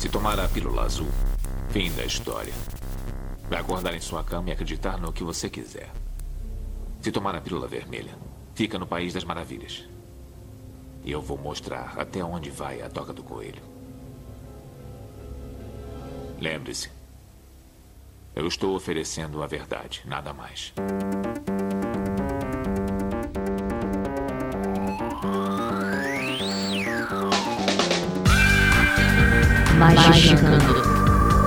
Se tomar a pílula azul, fim da história. Vai acordar em sua cama e acreditar no que você quiser. Se tomar a pílula vermelha, fica no País das Maravilhas. E eu vou mostrar até onde vai a toca do coelho. Lembre-se, eu estou oferecendo a verdade, nada mais. Magicando.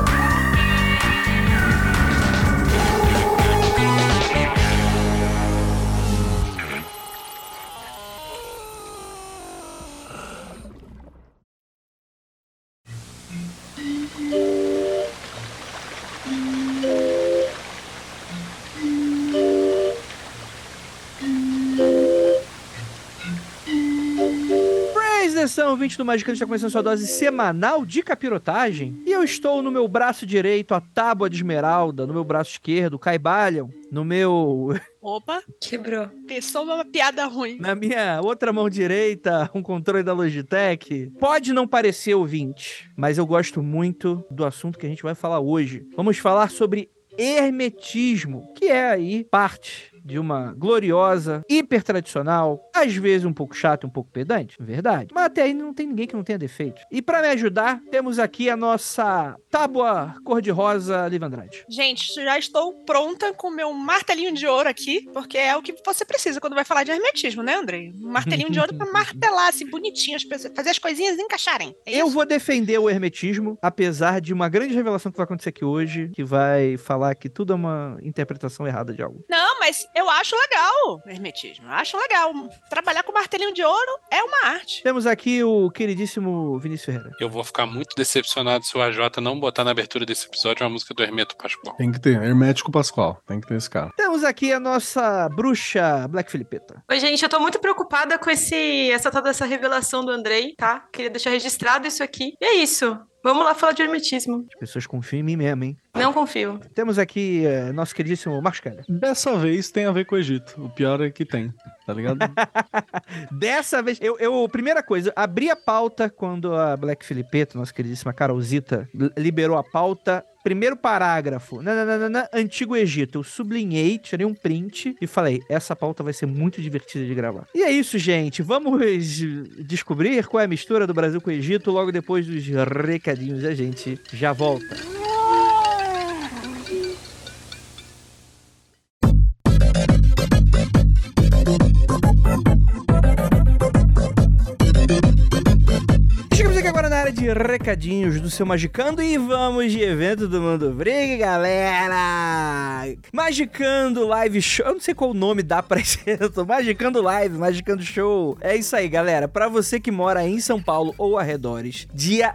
Atenção, ouvinte do Magicando, está começando sua dose semanal de capirotagem. E eu estou no meu braço direito, a tábua de esmeralda, no meu braço esquerdo, o Caibalion, no meu... Opa, quebrou. Pensou uma piada ruim. Na minha outra mão direita, um controle da Logitech. Pode não parecer, ouvinte, mas eu gosto muito do assunto que a gente vai falar hoje. Vamos falar sobre hermetismo, que é aí parte de uma gloriosa, hiper tradicional, às vezes um pouco chato, um pouco pedante, verdade. Mas até aí não tem ninguém que não tenha defeito. E pra me ajudar, temos aqui a nossa tábua cor-de-rosa, Liv Andrade. Gente, já estou pronta com meu martelinho de ouro aqui, porque é o que você precisa quando vai falar de hermetismo, né, Andrei? Um martelinho de ouro pra martelar, assim, bonitinho, as pessoas, fazer as coisinhas encaixarem. É eu vou defender o hermetismo, apesar de uma grande revelação que vai acontecer aqui hoje, que vai falar que tudo é uma interpretação errada de algo. Não, mas eu acho legal o hermetismo. Eu acho legal. Trabalhar com martelinho de ouro é uma arte. Temos aqui o queridíssimo Vinícius Ferreira. Eu vou ficar muito decepcionado se o AJ não botar na abertura desse episódio uma música do Hermeto Pascoal. Tem que ter, Hermético Pascoal. Tem que ter esse cara. Temos aqui a nossa bruxa Black Filipeta. Oi, gente, eu tô muito preocupada com toda essa revelação do Andrei, tá? Queria deixar registrado isso aqui. E é isso. Vamos lá falar de hermetismo. As pessoas confiam em mim mesmo, hein? Não confio. Temos aqui nosso queridíssimo Marcos Keller. Dessa vez tem a ver com o Egito. O pior é que tem, tá ligado? Dessa vez, primeira coisa, abri a pauta quando a Black Filipeta, nossa queridíssima Carolzita, liberou a pauta. Primeiro parágrafo, Antigo Egito. Eu sublinhei, tirei um print e falei, essa pauta vai ser muito divertida de gravar. E é isso, gente. Vamos descobrir qual é a mistura do Brasil com o Egito logo depois dos recadinhos. A gente já volta. De recadinhos do seu Magicando e vamos de evento do Mundo Freak, galera! Magicando Live Show, eu não sei qual nome dá pra esse evento, Magicando Live, Magicando Show. É isso aí, galera, pra você que mora em São Paulo ou arredores, dia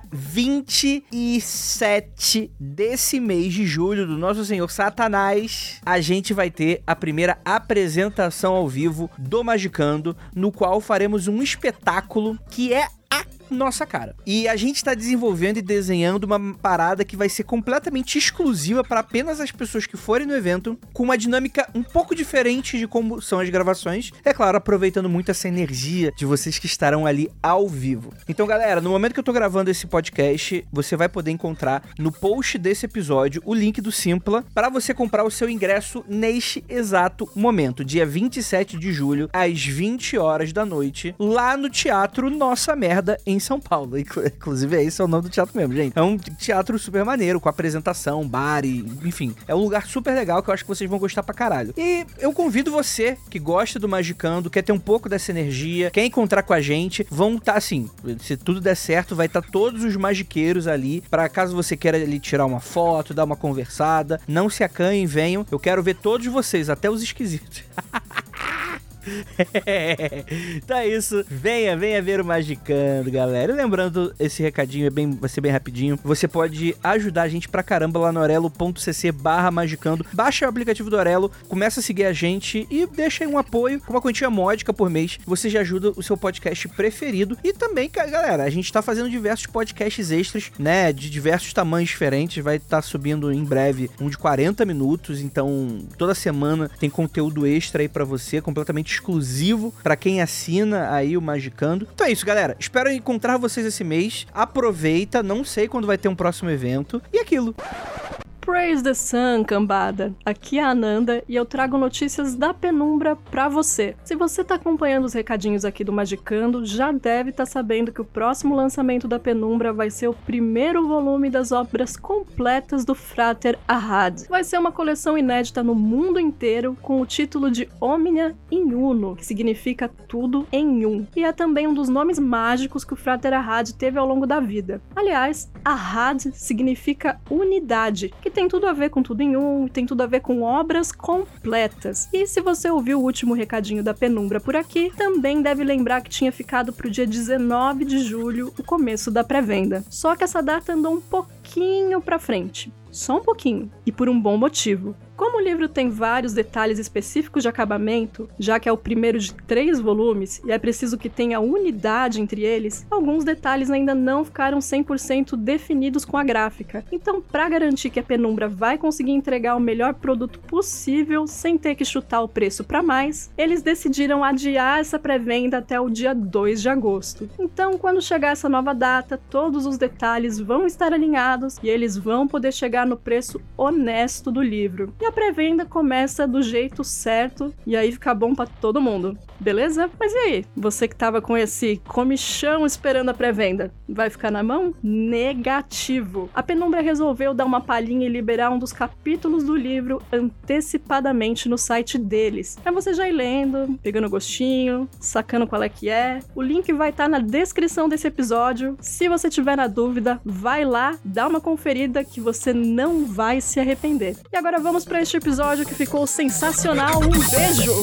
27 desse mês de julho do Nosso Senhor Satanás, a gente vai ter a primeira apresentação ao vivo do Magicando, no qual faremos um espetáculo que é nossa cara. E a gente tá desenvolvendo e desenhando uma parada que vai ser completamente exclusiva para apenas as pessoas que forem no evento, com uma dinâmica um pouco diferente de como são as gravações. É claro, aproveitando muito essa energia de vocês que estarão ali ao vivo. Então, galera, no momento que eu tô gravando esse podcast, você vai poder encontrar no post desse episódio o link do Simpla para você comprar o seu ingresso neste exato momento, dia 27 de julho, às 20 horas da noite, lá no Teatro Nossa Merda, em São Paulo. Inclusive, esse é o nome do teatro mesmo, gente. É um teatro super maneiro, com apresentação, bar e... enfim, é um lugar super legal que eu acho que vocês vão gostar pra caralho. E eu convido você, que gosta do Magicando, quer ter um pouco dessa energia, quer encontrar com a gente, vão estar assim, se tudo der certo, vai estar todos os magiqueiros ali, pra caso você queira ali tirar uma foto, dar uma conversada, não se acanhem, venham. Eu quero ver todos vocês, até os esquisitos. Então é isso, venha ver o Magicando, galera. E lembrando, esse recadinho vai ser bem rapidinho. Você pode ajudar a gente pra caramba lá no orelo.cc/magicando. Baixa o aplicativo do Orelo, começa a seguir a gente e deixa aí um apoio com uma quantia módica por mês. Você já ajuda o seu podcast preferido. E também, galera, a gente tá fazendo diversos podcasts extras, né, de diversos tamanhos diferentes. Vai estar subindo em breve um de 40 minutos. Então, toda semana tem conteúdo extra aí pra você, completamente exclusivo pra quem assina aí o Magicando. Então é isso, galera. Espero encontrar vocês esse mês. Aproveita, não sei quando vai ter um próximo evento. E aquilo. Praise the Sun, cambada! Aqui é a Ananda e eu trago notícias da Penumbra pra você. Se você tá acompanhando os recadinhos aqui do Magicando, já deve estar sabendo que o próximo lançamento da Penumbra vai ser o primeiro volume das obras completas do Frater Ahad. Vai ser uma coleção inédita no mundo inteiro com o título de Omnia in Uno, que significa tudo em um. E é também um dos nomes mágicos que o Frater Ahad teve ao longo da vida. Aliás, Ahad significa unidade, que tem tudo a ver com tudo em um, tem tudo a ver com obras completas. E se você ouviu o último recadinho da Penumbra por aqui, também deve lembrar que tinha ficado pro dia 19 de julho o começo da pré-venda. Só que essa data andou um pouquinho pra frente. Só um pouquinho. E por um bom motivo. Como o livro tem vários detalhes específicos de acabamento, já que é o primeiro de 3 volumes e é preciso que tenha unidade entre eles, alguns detalhes ainda não ficaram 100% definidos com a gráfica. Então, para garantir que a Penumbra vai conseguir entregar o melhor produto possível sem ter que chutar o preço para mais, eles decidiram adiar essa pré-venda até o dia 2 de agosto. Então, quando chegar essa nova data, todos os detalhes vão estar alinhados e eles vão poder chegar no preço honesto do livro. E a pré-venda começa do jeito certo e aí fica bom pra todo mundo, beleza? Mas e aí, você que tava com esse comichão esperando a pré-venda, vai ficar na mão? Negativo! A Penumbra resolveu dar uma palhinha e liberar um dos capítulos do livro antecipadamente no site deles. É você já ir lendo, pegando gostinho, sacando qual é que é. O link vai estar na descrição desse episódio. Se você tiver na dúvida, vai lá, dá uma conferida que você não vai se arrepender. E agora vamos para este episódio que ficou sensacional. Um beijo!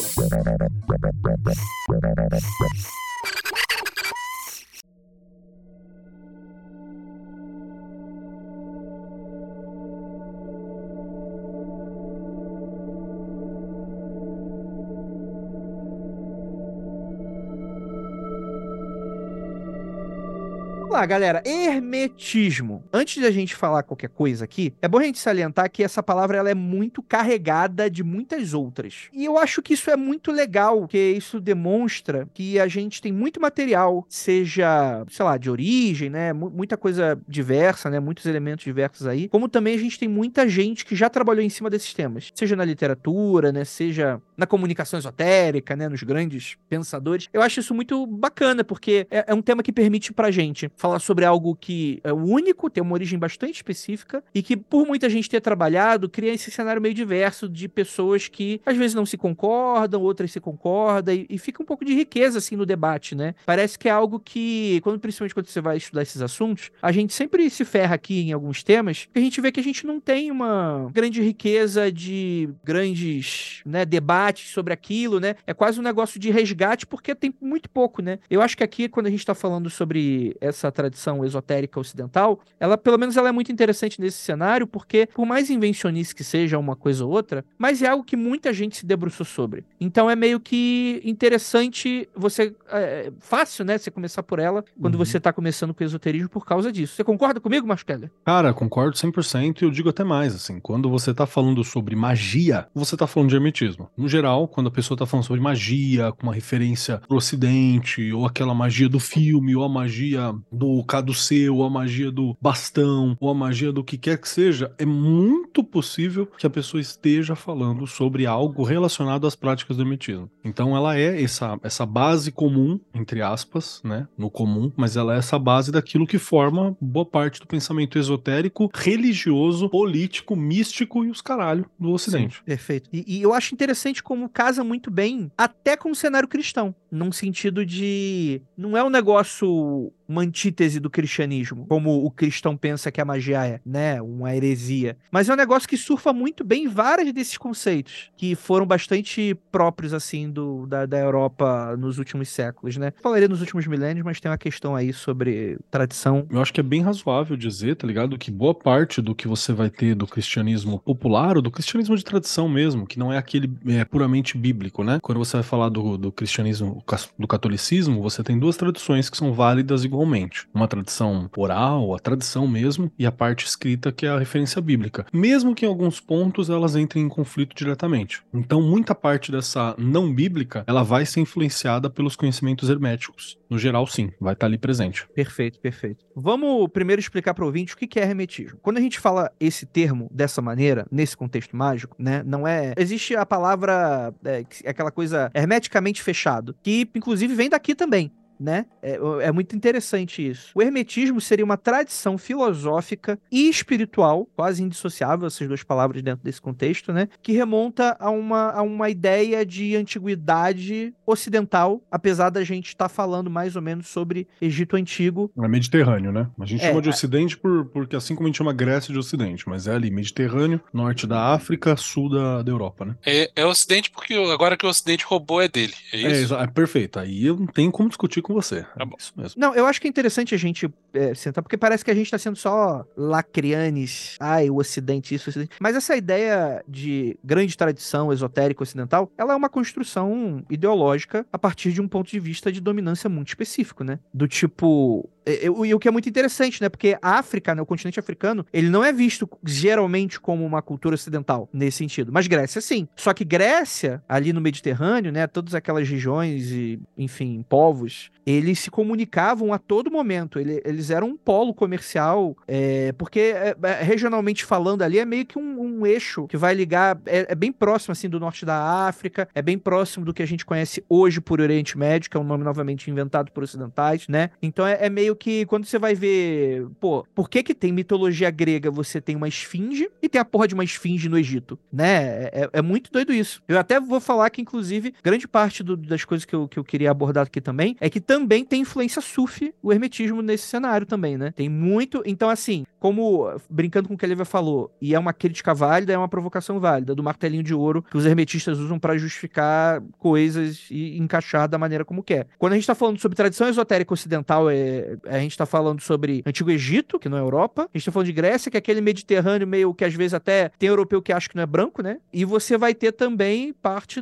Vamos lá, galera. Hermetismo. Antes da gente falar qualquer coisa aqui, é bom a gente salientar que essa palavra ela é muito carregada de muitas outras. E eu acho que isso é muito legal, porque isso demonstra que a gente tem muito material, seja, sei lá, de origem, né? Muita coisa diversa, né? Muitos elementos diversos aí. Como também a gente tem muita gente que já trabalhou em cima desses temas. Seja na literatura, né? Seja na comunicação esotérica, né? Nos grandes pensadores. Eu acho isso muito bacana, porque é um tema que permite pra gente falar sobre algo que é único, tem uma origem bastante específica e que, por muita gente ter trabalhado, cria esse cenário meio diverso de pessoas que às vezes não se concordam, outras se concordam e fica um pouco de riqueza assim no debate, né? Parece que é algo que, principalmente quando você vai estudar esses assuntos, a gente sempre se ferra aqui em alguns temas, que a gente vê que a gente não tem uma grande riqueza de grandes, né, debates sobre aquilo, né? É quase um negócio de resgate porque tem muito pouco, né? Eu acho que aqui, quando a gente tá falando sobre essa tradição esotérica ocidental, ela, pelo menos, ela é muito interessante nesse cenário, porque, por mais invencionice que seja uma coisa ou outra, mas é algo que muita gente se debruçou sobre. Então é meio que interessante você... fácil, né, você começar por ela quando você tá começando com o esoterismo por causa disso. Você concorda comigo, Marcos Keller? Cara, concordo 100% e eu digo até mais, assim, quando você tá falando sobre magia, você tá falando de hermetismo. No geral, quando a pessoa tá falando sobre magia, com uma referência pro ocidente, ou aquela magia do filme, ou a magia do caduceu, ou a magia do bastão, ou a magia do que quer que seja, é muito possível que a pessoa esteja falando sobre algo relacionado às práticas do hermetismo. Então ela é essa base comum, entre aspas, né, no comum, mas ela é essa base daquilo que forma boa parte do pensamento esotérico, religioso, político, místico e os caralho do ocidente. Sim, perfeito. E eu acho interessante como casa muito bem até com o cenário cristão, num sentido de... não é um negócio... uma antítese do cristianismo, como o cristão pensa que a magia é, né? Uma heresia. Mas é um negócio que surfa muito bem vários desses conceitos, que foram bastante próprios, assim, da Europa nos últimos séculos, né? Falaria nos últimos milênios, mas tem uma questão aí sobre tradição. Eu acho que é bem razoável dizer, tá ligado? Que boa parte do que você vai ter do cristianismo popular, ou do cristianismo de tradição mesmo, que não é aquele puramente bíblico, né? Quando você vai falar do cristianismo, do catolicismo, você tem duas tradições que são válidas igualmente. diferente. Uma tradição oral, a tradição mesmo, e a parte escrita, que é a referência bíblica. Mesmo que em alguns pontos elas entrem em conflito diretamente. Então, muita parte dessa não bíblica, ela vai ser influenciada pelos conhecimentos herméticos. No geral, sim, vai estar ali presente. Perfeito, perfeito. Vamos primeiro explicar para o ouvinte o que é hermetismo. Quando a gente fala esse termo dessa maneira, nesse contexto mágico, né, não é... Existe a palavra, aquela coisa hermeticamente fechado, que inclusive vem daqui também. Né? É muito interessante isso. O hermetismo seria uma tradição filosófica e espiritual, quase indissociável, essas duas palavras dentro desse contexto, né? Que remonta a uma ideia de antiguidade ocidental, apesar da gente estar falando mais ou menos sobre Egito Antigo. É Mediterrâneo, né? A gente chama de Ocidente porque assim como a gente chama Grécia de Ocidente, mas é ali Mediterrâneo, norte da África, sul da Europa, né? É Ocidente porque agora que o Ocidente roubou é dele, é isso? É perfeito. Aí eu não tenho como discutir com você. Tá bom. Isso mesmo. Não, eu acho que é interessante a gente sentar, porque parece que a gente tá sendo só lacrianes, o Ocidente, isso, o Ocidente. Mas essa ideia de grande tradição esotérica ocidental, ela é uma construção ideológica a partir de um ponto de vista de dominância muito específico, né? Do tipo... E o que é muito interessante, né? Porque a África, né, o continente africano, ele não é visto geralmente como uma cultura ocidental, nesse sentido. Mas Grécia, sim. Só que Grécia, ali no Mediterrâneo, né? Todas aquelas regiões e, enfim, povos, eles se comunicavam a todo momento. Eles eram um polo comercial, porque regionalmente falando ali é meio que um eixo que vai ligar, é bem próximo, assim, do norte da África, é bem próximo do que a gente conhece hoje por Oriente Médio, que é um nome novamente inventado por ocidentais, né? Então é meio que quando você vai ver, por que tem mitologia grega, você tem uma esfinge e tem a porra de uma esfinge no Egito, né? É muito doido isso. Eu até vou falar que, inclusive, grande parte das coisas que eu queria abordar aqui também, é que também tem influência sufi, o hermetismo nesse cenário também, né? Tem muito... Então, assim, como, brincando com o que a Lívia falou, e é uma crítica válida, é uma provocação válida, do martelinho de ouro que os hermetistas usam pra justificar coisas e encaixar da maneira como quer. Quando a gente tá falando sobre tradição esotérica ocidental, a gente tá falando sobre Antigo Egito, que não é Europa. A gente tá falando de Grécia, que é aquele Mediterrâneo meio que às vezes até tem europeu que acha que não é branco, né? E você vai ter também parte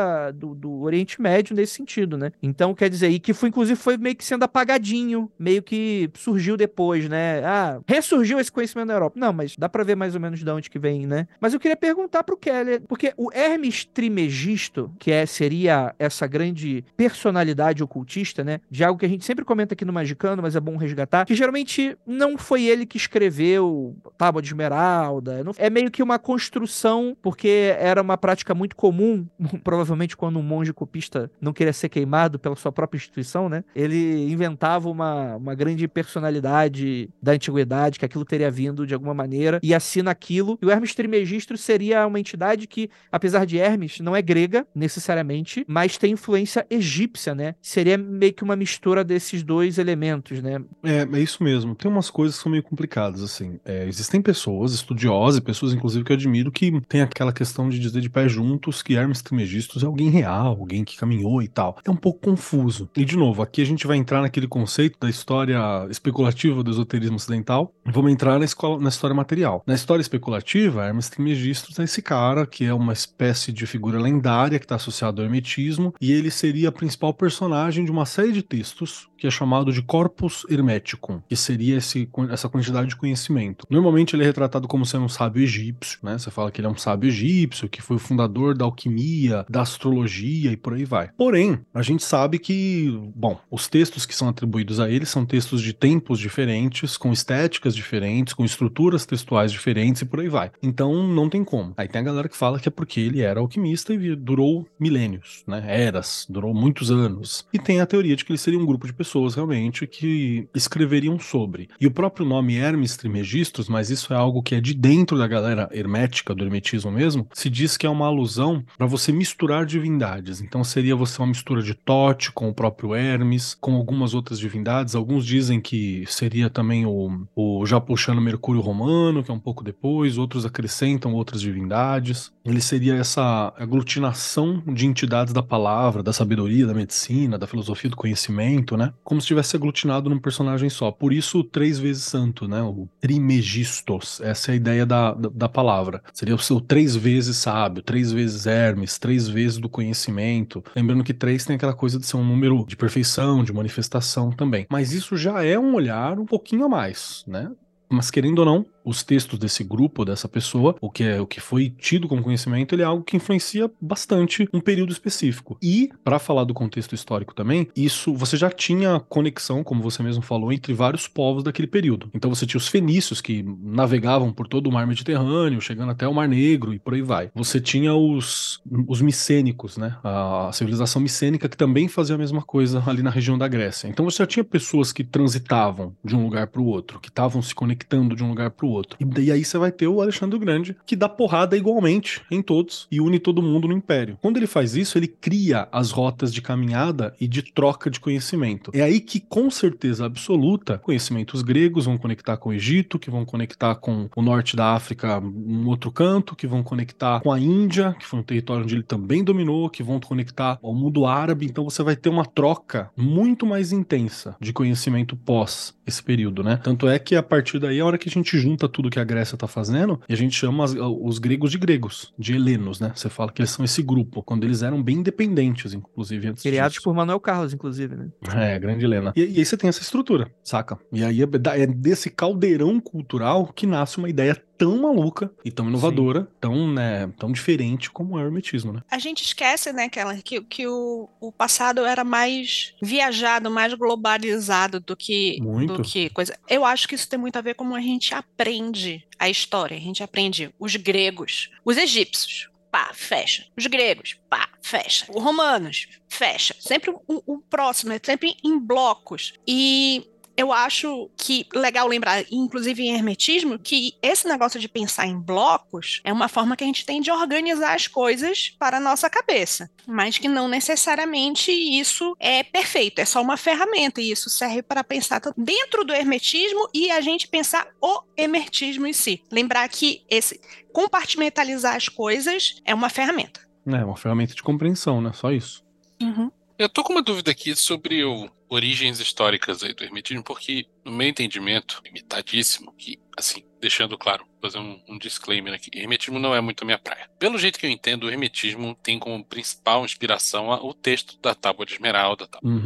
do Oriente Médio nesse sentido, né? Então, quer dizer, e que inclusive foi meio que sendo apagadinho, meio que surgiu depois, né? Ressurgiu esse conhecimento na Europa. Não, mas dá pra ver mais ou menos de onde que vem, né? Mas eu queria perguntar pro Keller, porque o Hermes Trismegisto, que seria essa grande personalidade ocultista, né? De algo que a gente sempre comenta aqui no Magicando, mas é bom resgatar, que geralmente não foi ele que escreveu Tábua de Esmeralda, é meio que uma construção, porque era uma prática muito comum, provavelmente quando um monge copista não queria ser queimado pela sua própria instituição, né? Ele inventava uma grande personalidade da antiguidade, que aquilo teria vindo de alguma maneira, e assina aquilo. E o Hermes Trismegisto seria uma entidade que, apesar de Hermes, não é grega, necessariamente, mas tem influência egípcia, né? Seria meio que uma mistura desses dois elementos, né? É isso mesmo. Tem umas coisas que são meio complicadas, assim. Existem pessoas estudiosas, pessoas, inclusive, que eu admiro, que tem aquela questão de dizer de pé juntos que Hermes Trismegisto é alguém real, alguém que caminhou e tal. É um pouco confuso. E, de novo, aqui a gente vai entrar naquele conceito da história especulativa do esoterismo ocidental e vamos entrar na história material. Na história especulativa, Hermes Trismegisto é esse cara que é uma espécie de figura lendária que está associado ao hermetismo, e ele seria a principal personagem de uma série de textos que é chamado de Corpus Hermeticum, que seria essa quantidade de conhecimento. Normalmente ele é retratado como sendo um sábio egípcio, né? Você fala que ele é um sábio egípcio, que foi o fundador da alquimia, da astrologia e por aí vai. Porém, a gente sabe que, os textos que são atribuídos a ele são textos de tempos diferentes, com estéticas diferentes, com estruturas textuais diferentes e por aí vai. Então, não tem como. Aí tem a galera que fala que é porque ele era alquimista e durou milênios, né? Eras, durou muitos anos. E tem a teoria de que ele seria um grupo de pessoas realmente que escreveriam sobre. E o próprio nome Hermes Trismegistus, mas isso é algo que é de dentro da galera hermética, do hermetismo mesmo, se diz que é uma alusão para você misturar divindades. Então seria você uma mistura de Tote com o próprio Hermes, com algumas outras divindades. Alguns dizem que seria também o já puxando Mercúrio romano, que é um pouco depois, outros acrescentam outras divindades. Ele seria essa aglutinação de entidades da palavra, da sabedoria, da medicina, da filosofia do conhecimento, né? Como se tivesse aglutinado focado num personagem só. Por isso, o 3 vezes santo, né? O Trimegistos. Essa é a ideia da palavra. Seria o seu 3 vezes sábio, 3 vezes Hermes, 3 vezes do conhecimento. Lembrando que 3 tem aquela coisa de ser um número de perfeição, de manifestação também. Mas isso já é um olhar um pouquinho a mais, né? Mas querendo ou não, os textos desse grupo, dessa pessoa, o que foi tido como conhecimento, ele é algo que influencia bastante um período específico. E, para falar do contexto histórico também, isso, você já tinha conexão, como você mesmo falou, entre vários povos daquele período. Então você tinha os fenícios, que navegavam por todo o mar Mediterrâneo, chegando até o Mar Negro e por aí vai. Você tinha os micênicos, né? A civilização micênica, que também fazia a mesma coisa ali na região da Grécia. Então você já tinha pessoas que transitavam de um lugar para o outro, que estavam se conectando de um lugar para o outro. E aí você vai ter o Alexandre o Grande, que dá porrada igualmente em todos e une todo mundo no Império. Quando ele faz isso, ele cria as rotas de caminhada e de troca de conhecimento. É aí que, com certeza absoluta, conhecimentos gregos vão conectar com o Egito, que vão conectar com o norte da África, um outro canto, que vão conectar com a Índia, que foi um território onde ele também dominou, que vão conectar ao mundo árabe. Então você vai ter uma troca muito mais intensa de conhecimento pós esse período, né? Tanto é que a partir daí é a hora que a gente junta tudo que a Grécia tá fazendo e a gente chama os gregos de gregos, de helenos, né? Você fala que eles são esse grupo, quando eles eram bem independentes, inclusive, antes Criados disso. por Manuel Carlos, inclusive, né? É, grande Helena. E aí você tem essa estrutura, saca? E aí é desse caldeirão cultural que nasce uma ideia tão maluca e tão inovadora, tão diferente como é o hermetismo, né? A gente esquece, né, que o passado era mais viajado, mais globalizado do que coisa. Eu acho que isso tem muito a ver com como a gente aprende a história. A gente aprende os gregos, os egípcios. Pá, fecha. Os gregos, pá, fecha. Os romanos, fecha. Sempre o próximo, é sempre em blocos. E eu acho que legal lembrar, inclusive em hermetismo, que esse negócio de pensar em blocos é uma forma que a gente tem de organizar as coisas para a nossa cabeça, mas que não necessariamente isso é perfeito, é só uma ferramenta, e isso serve para pensar dentro do hermetismo e a gente pensar o hermetismo em si. Lembrar que esse compartimentalizar as coisas é uma ferramenta. É uma ferramenta de compreensão, né? Só isso. Uhum. Eu tô com uma dúvida aqui sobre origens históricas aí do hermetismo, porque no meu entendimento, limitadíssimo, que, assim, deixando claro, fazer um disclaimer aqui, hermetismo não é muito a minha praia. Pelo jeito que eu entendo, o hermetismo tem como principal inspiração o texto da Tábua de Esmeralda,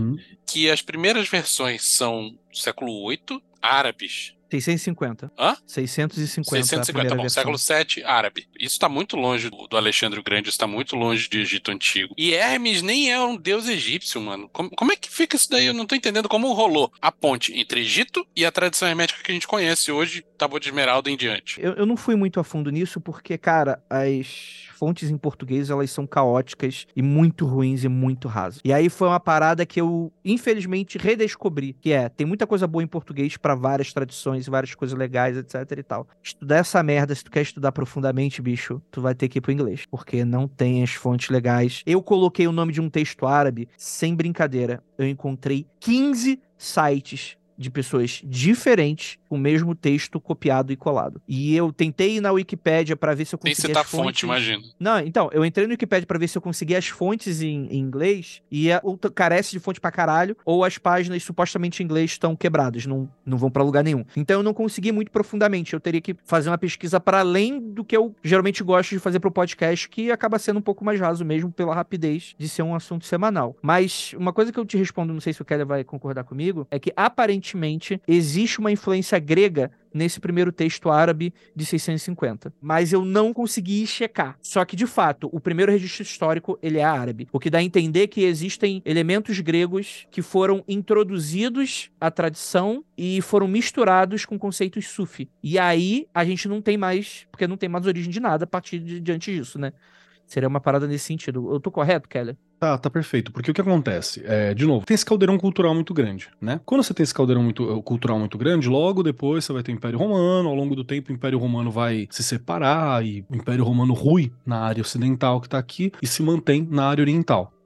que as primeiras versões são do século VIII, árabes. 650. Hã? 650. 650, tá bom. Século VII, árabe. Isso está muito longe do Alexandre o Grande, isso está muito longe do Egito Antigo. E Hermes nem é um deus egípcio, mano. Como é que fica isso daí? Eu não tô entendendo como rolou a ponte entre Egito e a tradição hermética que a gente conhece hoje, Tábua de Esmeralda em diante. Eu não fui muito a fundo nisso porque, cara, as fontes em português, elas são caóticas e muito ruins e muito rasas. E aí foi uma parada que eu, infelizmente, redescobri, que tem muita coisa boa em português pra várias tradições, várias coisas legais, etc e tal. Estudar essa merda, se tu quer estudar profundamente, bicho, tu vai ter que ir pro inglês, porque não tem as fontes legais. Eu coloquei o nome de um texto árabe, sem brincadeira, eu encontrei 15 sites de pessoas diferentes com o mesmo texto copiado e colado. E eu tentei ir na Wikipédia pra ver se eu conseguia as fontes. fonte, imagina. Não, então, eu entrei no Wikipédia pra ver se eu conseguia as fontes em inglês e ou carece de fonte pra caralho, ou as páginas supostamente em inglês estão quebradas, não vão pra lugar nenhum. Então eu não consegui muito profundamente, eu teria que fazer uma pesquisa para além do que eu geralmente gosto de fazer pro podcast, que acaba sendo um pouco mais raso mesmo pela rapidez de ser um assunto semanal. Mas uma coisa que eu te respondo, não sei se o Keller vai concordar comigo, é que aparentemente existe uma influência grega nesse primeiro texto árabe de 650. Mas eu não consegui checar. Só que, de fato, o primeiro registro histórico, ele é árabe. O que dá a entender que existem elementos gregos que foram introduzidos à tradição e foram misturados com conceitos sufi. E aí, a gente não tem mais, porque não tem mais origem de nada a partir de diante disso, né? Seria uma parada nesse sentido. Eu tô correto, Keller? Tá perfeito. Porque o que acontece? De novo, tem esse caldeirão cultural muito grande, né? Quando você tem esse caldeirão cultural muito grande, logo depois você vai ter o Império Romano, ao longo do tempo o Império Romano vai se separar e o Império Romano rui na área ocidental que tá aqui e se mantém na área oriental,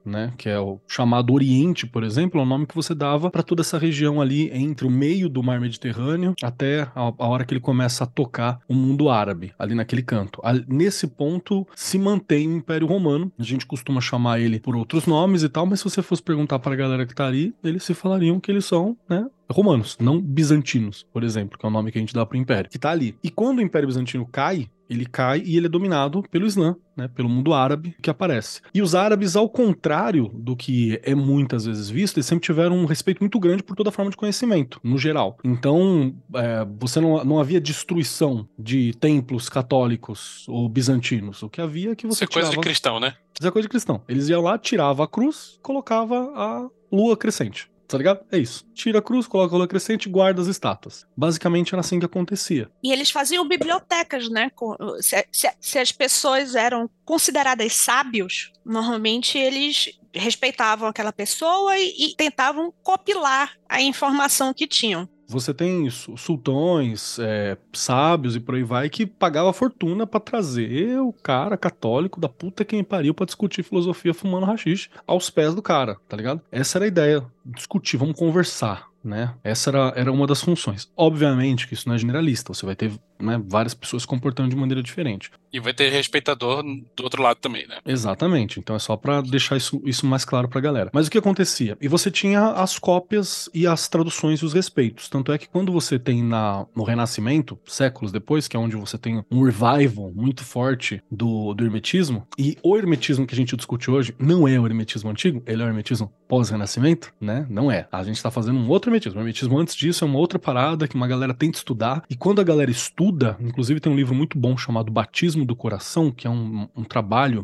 né, que é o chamado Oriente, por exemplo, é o nome que você dava para toda essa região ali entre o meio do mar Mediterrâneo até a hora que ele começa a tocar o mundo árabe, ali naquele canto. Nesse ponto se mantém o Império Romano, a gente costuma chamar ele por outros nomes e tal, mas se você fosse perguntar pra galera que tá ali, eles se falariam que eles são, né, romanos, não bizantinos, por exemplo, que é o nome que a gente dá pro Império, que tá ali. E quando o Império Bizantino cai, ele cai e ele é dominado pelo Islã, né, pelo mundo árabe que aparece. E os árabes, ao contrário do que é muitas vezes visto, eles sempre tiveram um respeito muito grande por toda forma de conhecimento, no geral. Então, você não havia destruição de templos católicos ou bizantinos. O que havia é que você Isso é coisa de cristão, né? Isso é coisa de cristão. Eles iam lá, tiravam a cruz, colocava a lua crescente. Tá ligado? É isso. Tira a cruz, coloca a lua crescente e guarda as estátuas. Basicamente era assim que acontecia. E eles faziam bibliotecas, né? Se as pessoas eram consideradas sábios, normalmente eles respeitavam aquela pessoa e tentavam copilar a informação que tinham. Você tem sultões, sábios e por aí vai, que pagava fortuna pra trazer o cara católico da puta que me pariu pra discutir filosofia fumando haxixe aos pés do cara, tá ligado? Essa era a ideia. Discutir, vamos conversar, né? Essa era uma das funções. Obviamente que isso não é generalista, você vai ter, né, várias pessoas se comportando de maneira diferente. E vai ter respeitador do outro lado também, né? Exatamente, então é só pra deixar isso mais claro pra galera. Mas o que acontecia? E você tinha as cópias e as traduções e os respeitos. Tanto é que quando você tem no Renascimento, séculos depois, que é onde você tem um revival muito forte do hermetismo, e o hermetismo que a gente discute hoje não é o hermetismo antigo, ele é o hermetismo pós-renascimento, né? Não é. A gente tá fazendo um outro hermetismo. O hermetismo antes disso é uma outra parada que uma galera tem que estudar, e quando a galera estuda, inclusive tem um livro muito bom chamado Batismo do Coração, que é um trabalho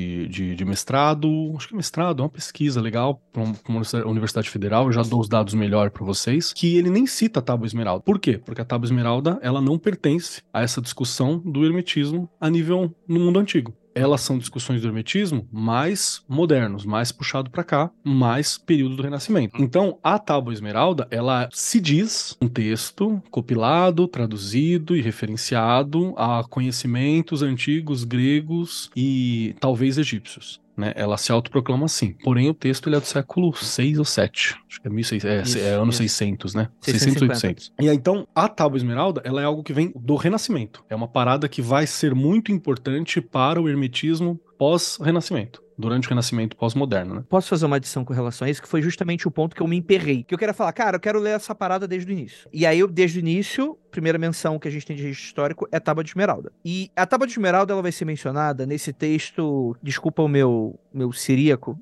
de mestrado, acho que é mestrado, é uma pesquisa legal para uma universidade federal, eu já dou os dados melhor para vocês, que ele nem cita a Tábua Esmeralda. Por quê? Porque a Tábua Esmeralda, ela não pertence a essa discussão do hermetismo a nível no mundo antigo. Elas são discussões do hermetismo mais modernos, mais puxado para cá, mais período do Renascimento. Então, a Tábua Esmeralda, ela se diz um texto compilado, traduzido e referenciado a conhecimentos antigos gregos e talvez egípcios. Né, ela se autoproclama assim. Porém, o texto ele é do século 6 ou 7. Acho que é 1600, anos 600, né? 600, 800. E aí, então, a Tábua Esmeralda, ela é algo que vem do Renascimento. É uma parada que vai ser muito importante para o hermetismo pós-Renascimento. Durante o Renascimento pós-moderno, né? Posso fazer uma adição com relação a isso, que foi justamente o ponto que eu me emperrei. Que eu quero falar, cara, eu quero ler essa parada desde o início. E aí, desde o início, primeira menção que a gente tem de registro histórico é a Tábua de Esmeralda. E a Tábua de Esmeralda, ela vai ser mencionada nesse texto, desculpa o meu siríaco,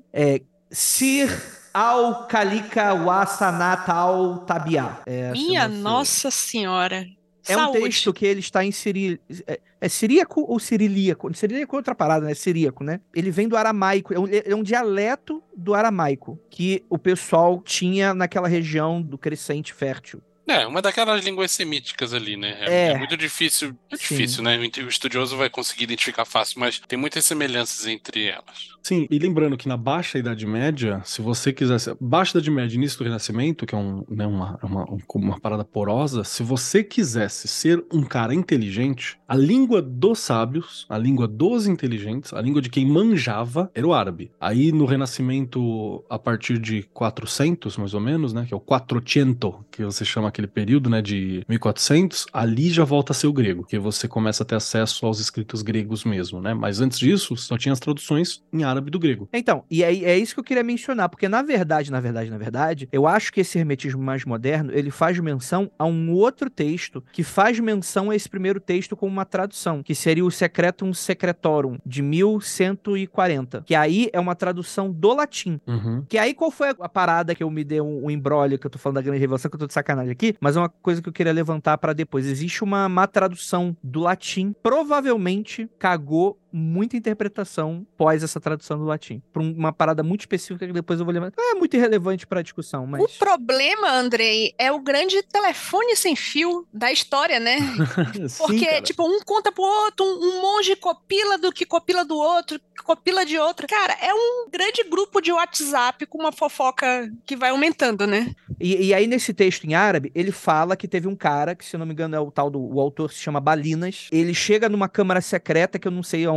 Sir al-Kalika wa-Sanat al-Tabiá. Minha Nossa Senhora. É Saúde. um texto que ele está em siríaco ou cirilíaco? Cirilíaco é outra parada, né? Siríaco, né? Ele vem do aramaico, é um dialeto do aramaico que o pessoal tinha naquela região do Crescente Fértil. Uma daquelas línguas semíticas ali, né? É muito difícil. É difícil, né? O estudioso vai conseguir identificar fácil, mas tem muitas semelhanças entre elas. Sim, e lembrando que na Baixa Idade Média, se você quisesse... Baixa Idade Média, início do Renascimento, que é uma parada porosa, se você quisesse ser um cara inteligente, a língua dos sábios, a língua dos inteligentes, a língua de quem manjava, era o árabe. Aí no Renascimento, a partir de 400, mais ou menos, né? Que é o 400, que você chama aquele período, né, de 1400, ali já volta a ser o grego, que você começa a ter acesso aos escritos gregos mesmo, né? Mas antes disso, só tinha as traduções em árabe do grego. Então, e é isso que eu queria mencionar, porque na verdade, eu acho que esse hermetismo mais moderno, ele faz menção a um outro texto que faz menção a esse primeiro texto como uma tradução, que seria o Secretum Secretorum, de 1140, que aí é uma tradução do latim. Que aí qual foi a parada que eu me dei um embrólio, que eu tô falando da grande revelação, que eu tô de sacanagem aqui, mas é uma coisa que eu queria levantar pra depois. Existe uma má tradução do latim, provavelmente cagou muita interpretação pós essa tradução do latim. Por uma parada muito específica que depois eu vou levantar. É muito irrelevante pra discussão, mas... O problema, Andrei, é o grande telefone sem fio da história, né? Porque, Sim, tipo, um conta pro outro, um monge copila do que copila do outro, copila de outro. Cara, é um grande grupo de WhatsApp com uma fofoca que vai aumentando, né? E aí, nesse texto em árabe, ele fala que teve um cara, que se eu não me engano é o autor se chama Balinas, ele chega numa câmara secreta, que eu não sei onde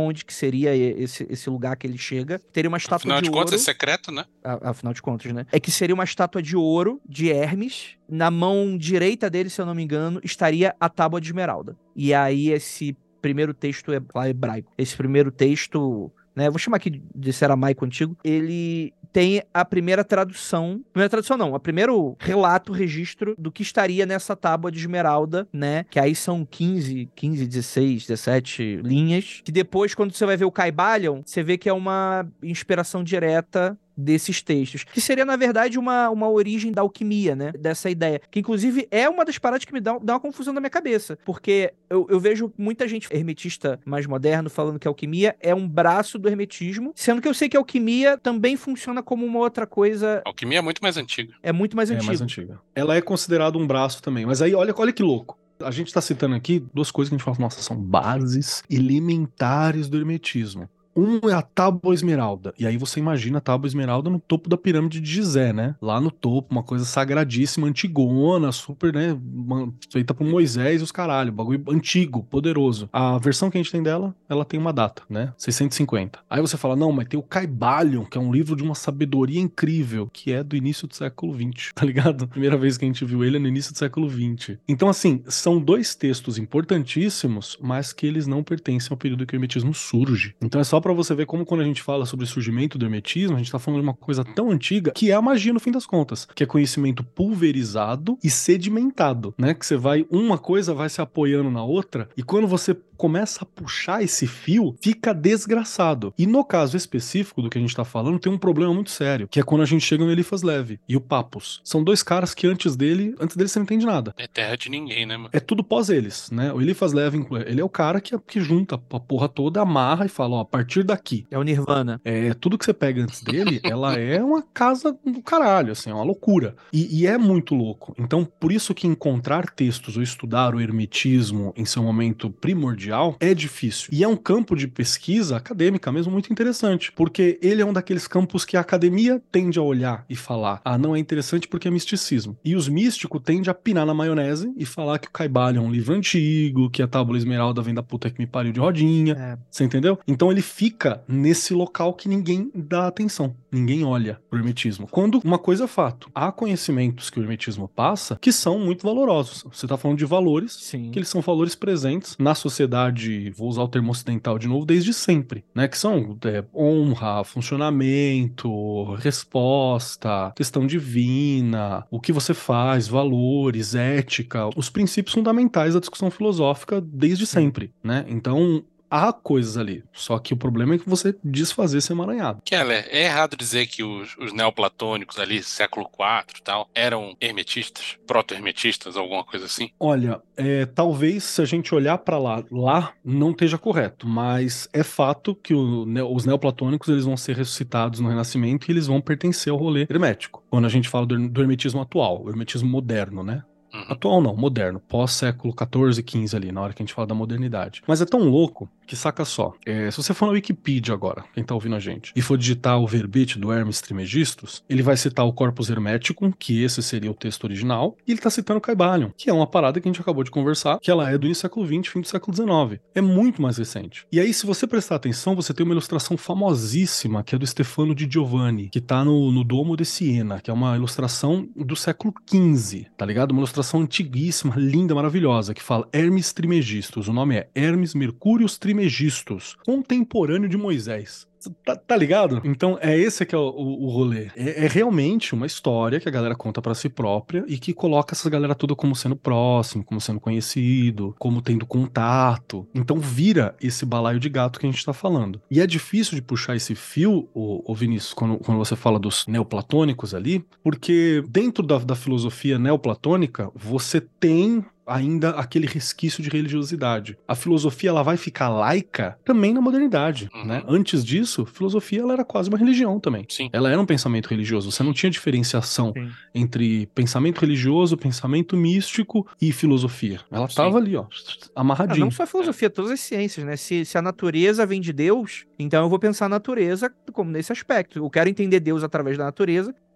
onde que seria esse lugar que ele chega. Teria uma estátua Afinal de contas, é secreto, né? Afinal de contas, né? É que seria uma estátua de ouro de Hermes. Na mão direita dele, se eu não me engano, estaria a tábua de esmeralda. E aí esse primeiro texto é hebraico. Esse primeiro texto, né? Vou chamar aqui de aramaico antigo. Ele tem a primeira tradução. Primeira tradução não, o primeiro relato, registro do que estaria nessa tábua de esmeralda, né? Que aí são 15, 16, 17 linhas. Que depois, quando você vai ver o Caibalion, você vê que é uma inspiração direta desses textos, que seria, na verdade, uma origem da alquimia, né, dessa ideia, que inclusive é uma das paradas que me dá uma confusão na minha cabeça, porque eu vejo muita gente hermetista mais moderno falando que a alquimia é um braço do hermetismo, sendo que eu sei que a alquimia também funciona como uma outra coisa. A alquimia é muito mais antiga. É muito mais antiga. É mais antiga. Ela é considerada um braço também, mas aí olha que louco. A gente tá citando aqui duas coisas que a gente fala, nossa, são bases elementares do hermetismo. Um é a tábua esmeralda. E aí você imagina a tábua esmeralda no topo da pirâmide de Gizé, né? Lá no topo, uma coisa sagradíssima, antigona, super, né? Feita por Moisés e os caralho. Bagulho antigo, poderoso. A versão que a gente tem dela, ela tem uma data, né? 650. Aí você fala, não, mas tem o Caibalion, que é um livro de uma sabedoria incrível, que é do início do século XX, tá ligado? A primeira vez que a gente viu ele é no início do século XX. Então, assim, são dois textos importantíssimos, mas que eles não pertencem ao período que o hermetismo surge. Então é só pra você ver como quando a gente fala sobre o surgimento do hermetismo, a gente tá falando de uma coisa tão antiga que é a magia no fim das contas, que é conhecimento pulverizado e sedimentado, né? Que uma coisa vai se apoiando na outra e quando você começa a puxar esse fio, fica desgraçado. E no caso específico do que a gente tá falando, tem um problema muito sério, que é quando a gente chega no Eliphas Levi e o Pappus. São dois caras que antes dele você não entende nada. É terra de ninguém, né, mano? É tudo pós eles, né? O Eliphas Levi, ele é o cara que junta a porra toda, amarra e fala, ó, a partir daqui. É o Nirvana. Tudo que você pega antes dele, ela é uma casa do caralho, assim, é uma loucura. E é muito louco. Então, por isso que encontrar textos ou estudar o hermetismo em seu momento primordial é difícil. E é um campo de pesquisa acadêmica mesmo muito interessante, porque ele é um daqueles campos que a academia tende a olhar e falar, não é interessante porque é misticismo. E os místicos tendem a pinar na maionese e falar que o Caibalion é um livro antigo, que a Tábua Esmeralda vem da puta que me pariu de rodinha. Você entendeu? Então ele fica nesse local que ninguém dá atenção, ninguém olha pro hermetismo. Quando uma coisa é fato, há conhecimentos que o hermetismo passa que são muito valorosos. Você tá falando de valores, sim, que eles são valores presentes na sociedade, vou usar o termo ocidental de novo, desde sempre, né? Que são honra, funcionamento, resposta, questão divina, o que você faz, valores, ética, os princípios fundamentais da discussão filosófica desde sempre, né? Então, há coisas ali, só que o problema é que você desfazer esse emaranhado. Keller, é errado dizer que os neoplatônicos ali, século IV e tal, eram hermetistas, proto-hermetistas, alguma coisa assim? Olha, talvez se a gente olhar pra lá não esteja correto, mas é fato que os neoplatônicos eles vão ser ressuscitados no Renascimento e eles vão pertencer ao rolê hermético. Quando a gente fala do hermetismo atual, o hermetismo moderno, né? Atual não, moderno, pós-século XIV, XV ali, na hora que a gente fala da modernidade. Mas é tão louco que, saca só, se você for na Wikipedia agora, quem tá ouvindo a gente, e for digitar o verbete do Hermes Trismegistus, ele vai citar o Corpus Hermeticum, que esse seria o texto original, e ele tá citando o Caibalion, que é uma parada que a gente acabou de conversar, que ela é do início do século XX, fim do século XIX. É muito mais recente. E aí, se você prestar atenção, você tem uma ilustração famosíssima, que é do Stefano di Giovanni, que tá no Duomo de Siena, que é uma ilustração do século XV, tá ligado? Uma ilustração antiguíssima, linda, maravilhosa, que fala Hermes Trismegistus. O nome é Hermes Mercurius Trismegistus, contemporâneo de Moisés. Tá ligado? Então é esse que é o rolê. É realmente uma história que a galera conta pra si própria e que coloca essa galera toda como sendo próximo, como sendo conhecido, como tendo contato. Então vira esse balaio de gato que a gente tá falando. E é difícil de puxar esse fio, ô Vinícius, quando você fala dos neoplatônicos ali, porque dentro da filosofia neoplatônica você tem ainda aquele resquício de religiosidade. A filosofia ela vai ficar laica também na modernidade, né? Antes disso, filosofia ela era quase uma religião também. Sim. Ela era um pensamento religioso. Você não tinha diferenciação entre pensamento religioso, pensamento místico e filosofia. Ela tava ali, ó, amarradinha. Não só a filosofia, todas as ciências, né? Se a natureza vem de Deus, então eu vou pensar a natureza como nesse aspecto. Eu quero entender Deus através da natureza,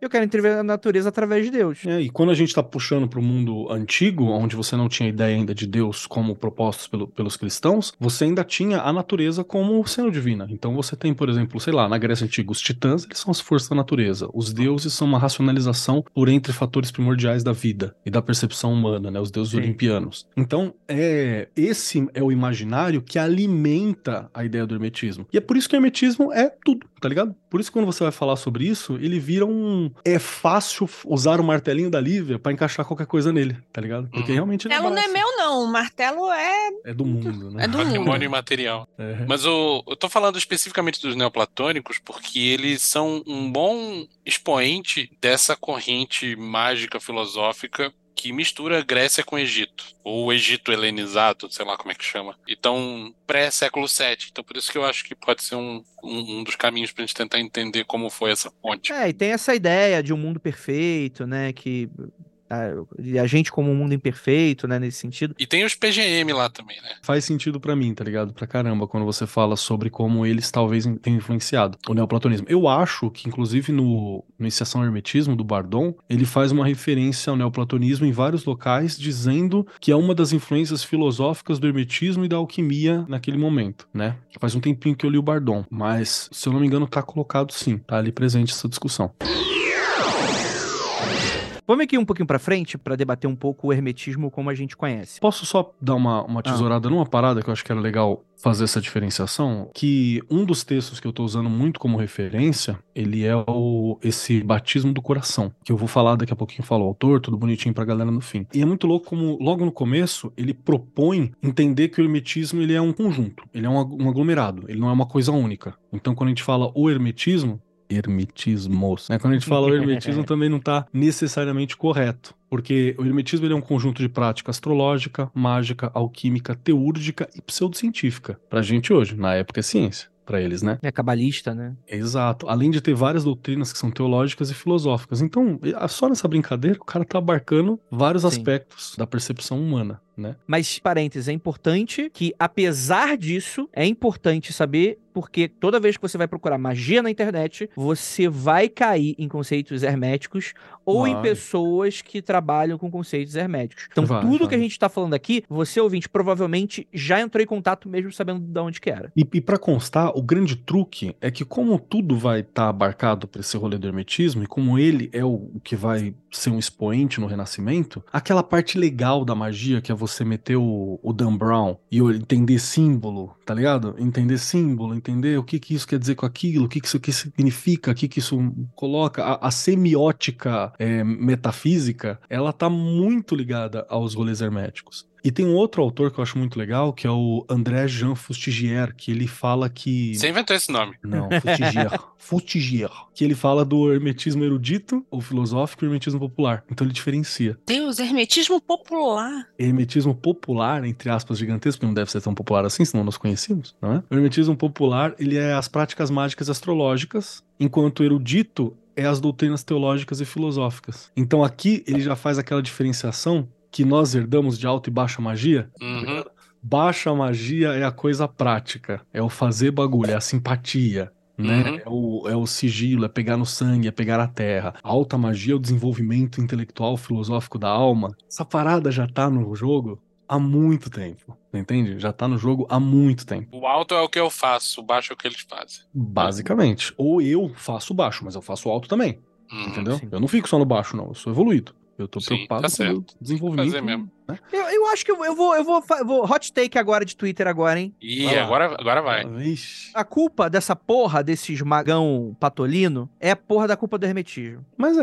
Eu quero entrever a natureza através de Deus. E quando a gente tá puxando pro mundo antigo, onde você não tinha ideia ainda de Deus como propostos pelos cristãos, você ainda tinha a natureza como sendo divina. Então você tem, por exemplo, sei lá, na Grécia Antiga, os titãs, eles são as forças da natureza. Os deuses são uma racionalização por entre fatores primordiais da vida e da percepção humana, né? Os deuses olimpianos. Então, esse é o imaginário que alimenta a ideia do hermetismo. E é por isso que o hermetismo é tudo, tá ligado? Por isso que quando você vai falar sobre isso, ele vira é fácil usar o martelinho da Lívia pra encaixar qualquer coisa nele, tá ligado? Porque realmente ele não é meu, não. O martelo é do mundo, né? É do patrimônio imaterial. Mas eu tô falando especificamente dos neoplatônicos porque eles são um bom expoente dessa corrente mágica filosófica que mistura Grécia com Egito, ou Egito helenizado, sei lá como é que chama. Então, pré-século VII. Então, por isso que eu acho que pode ser um dos caminhos pra gente tentar entender como foi essa ponte. E tem essa ideia de um mundo perfeito, né, que a gente como um mundo imperfeito, né, nesse sentido. E tem os PGM lá também, né? Faz sentido pra mim, tá ligado? Pra caramba, quando você fala sobre como eles talvez tenham influenciado o neoplatonismo. Eu acho que, inclusive, no Iniciação ao Hermetismo, do Bardon, ele faz uma referência ao neoplatonismo em vários locais, dizendo que é uma das influências filosóficas do hermetismo e da alquimia naquele momento, né? Faz um tempinho que eu li o Bardon, mas, se eu não me engano, tá colocado sim, tá ali presente essa discussão. Vamos aqui um pouquinho pra frente pra debater um pouco o hermetismo como a gente conhece. Posso só dar uma tesourada numa parada que eu acho que era legal fazer essa diferenciação? Que um dos textos que eu tô usando muito como referência, ele é esse Batismo do Coração, que eu vou falar daqui a pouquinho, falo o autor, tudo bonitinho pra galera no fim. E é muito louco como, logo no começo, ele propõe entender que o hermetismo ele é um conjunto, ele é um aglomerado, ele não é uma coisa única. Então, quando a gente fala o hermetismos, né? Quando a gente fala o hermetismo também não está necessariamente correto, porque o hermetismo ele é um conjunto de prática astrológica, mágica, alquímica, teúrgica e pseudocientífica. Pra gente hoje, na época é ciência. Pra eles, né? É cabalista, né? Exato. Além de ter várias doutrinas que são teológicas e filosóficas. Então, só nessa brincadeira, o cara tá abarcando vários aspectos da percepção humana, né? Mas, parênteses, é importante que, apesar disso, é importante saber, porque toda vez que você vai procurar magia na internet, você vai cair em conceitos herméticos ou em pessoas que trabalham com conceitos herméticos. Então, tudo que a gente tá falando aqui, você, ouvinte, provavelmente já entrou em contato mesmo sabendo de onde que era. E pra constar, o grande truque é que como tudo vai estar abarcado por esse rolê do hermetismo, e como ele é o que vai ser um expoente no Renascimento, aquela parte legal da magia, que é você meter o Dan Brown e entender símbolo, tá ligado? Entender símbolo, entender o que isso quer dizer com aquilo, o que isso aqui significa, o que isso coloca. A semiótica metafísica, ela tá muito ligada aos rolês herméticos. E tem um outro autor que eu acho muito legal, que é o André Jean Fustigier, que ele fala que... Você inventou esse nome. Não, Fustigier. Que ele fala do hermetismo erudito, ou filosófico, e o hermetismo popular. Então ele diferencia. Deus, hermetismo popular. Hermetismo popular, entre aspas, gigantesco, porque não deve ser tão popular assim, senão nós conhecemos, não é? O hermetismo popular, ele é as práticas mágicas astrológicas, enquanto o erudito é as doutrinas teológicas e filosóficas. Então aqui ele já faz aquela diferenciação que nós herdamos de alta e baixa magia. Uhum. Baixa magia é a coisa prática, é o fazer bagulho, é a simpatia, né? É o sigilo, é pegar no sangue, é pegar a terra. A alta magia é o desenvolvimento intelectual, filosófico da alma. Essa parada já tá no jogo há muito tempo, entende? Já tá no jogo há muito tempo. O alto é o que eu faço, o baixo é o que eles fazem. Basicamente. Ou eu faço o baixo, mas eu faço o alto também, entendeu? Sim. Eu não fico só no baixo, não. Eu sou evoluído. Eu tô preocupado tá com o desenvolvimento. Fazer mesmo. Né? Eu acho que eu vou hot take agora de Twitter agora, hein? Ih, agora vai. Vixe. A culpa dessa porra desses magão patolino é a porra da culpa do hermetismo. Mas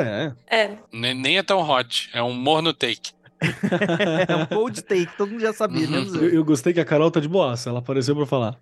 Nem é tão hot, é um morno take. É um cold take, todo mundo já sabia, menos eu. Eu gostei que a Carol tá de boaça, ela apareceu pra falar.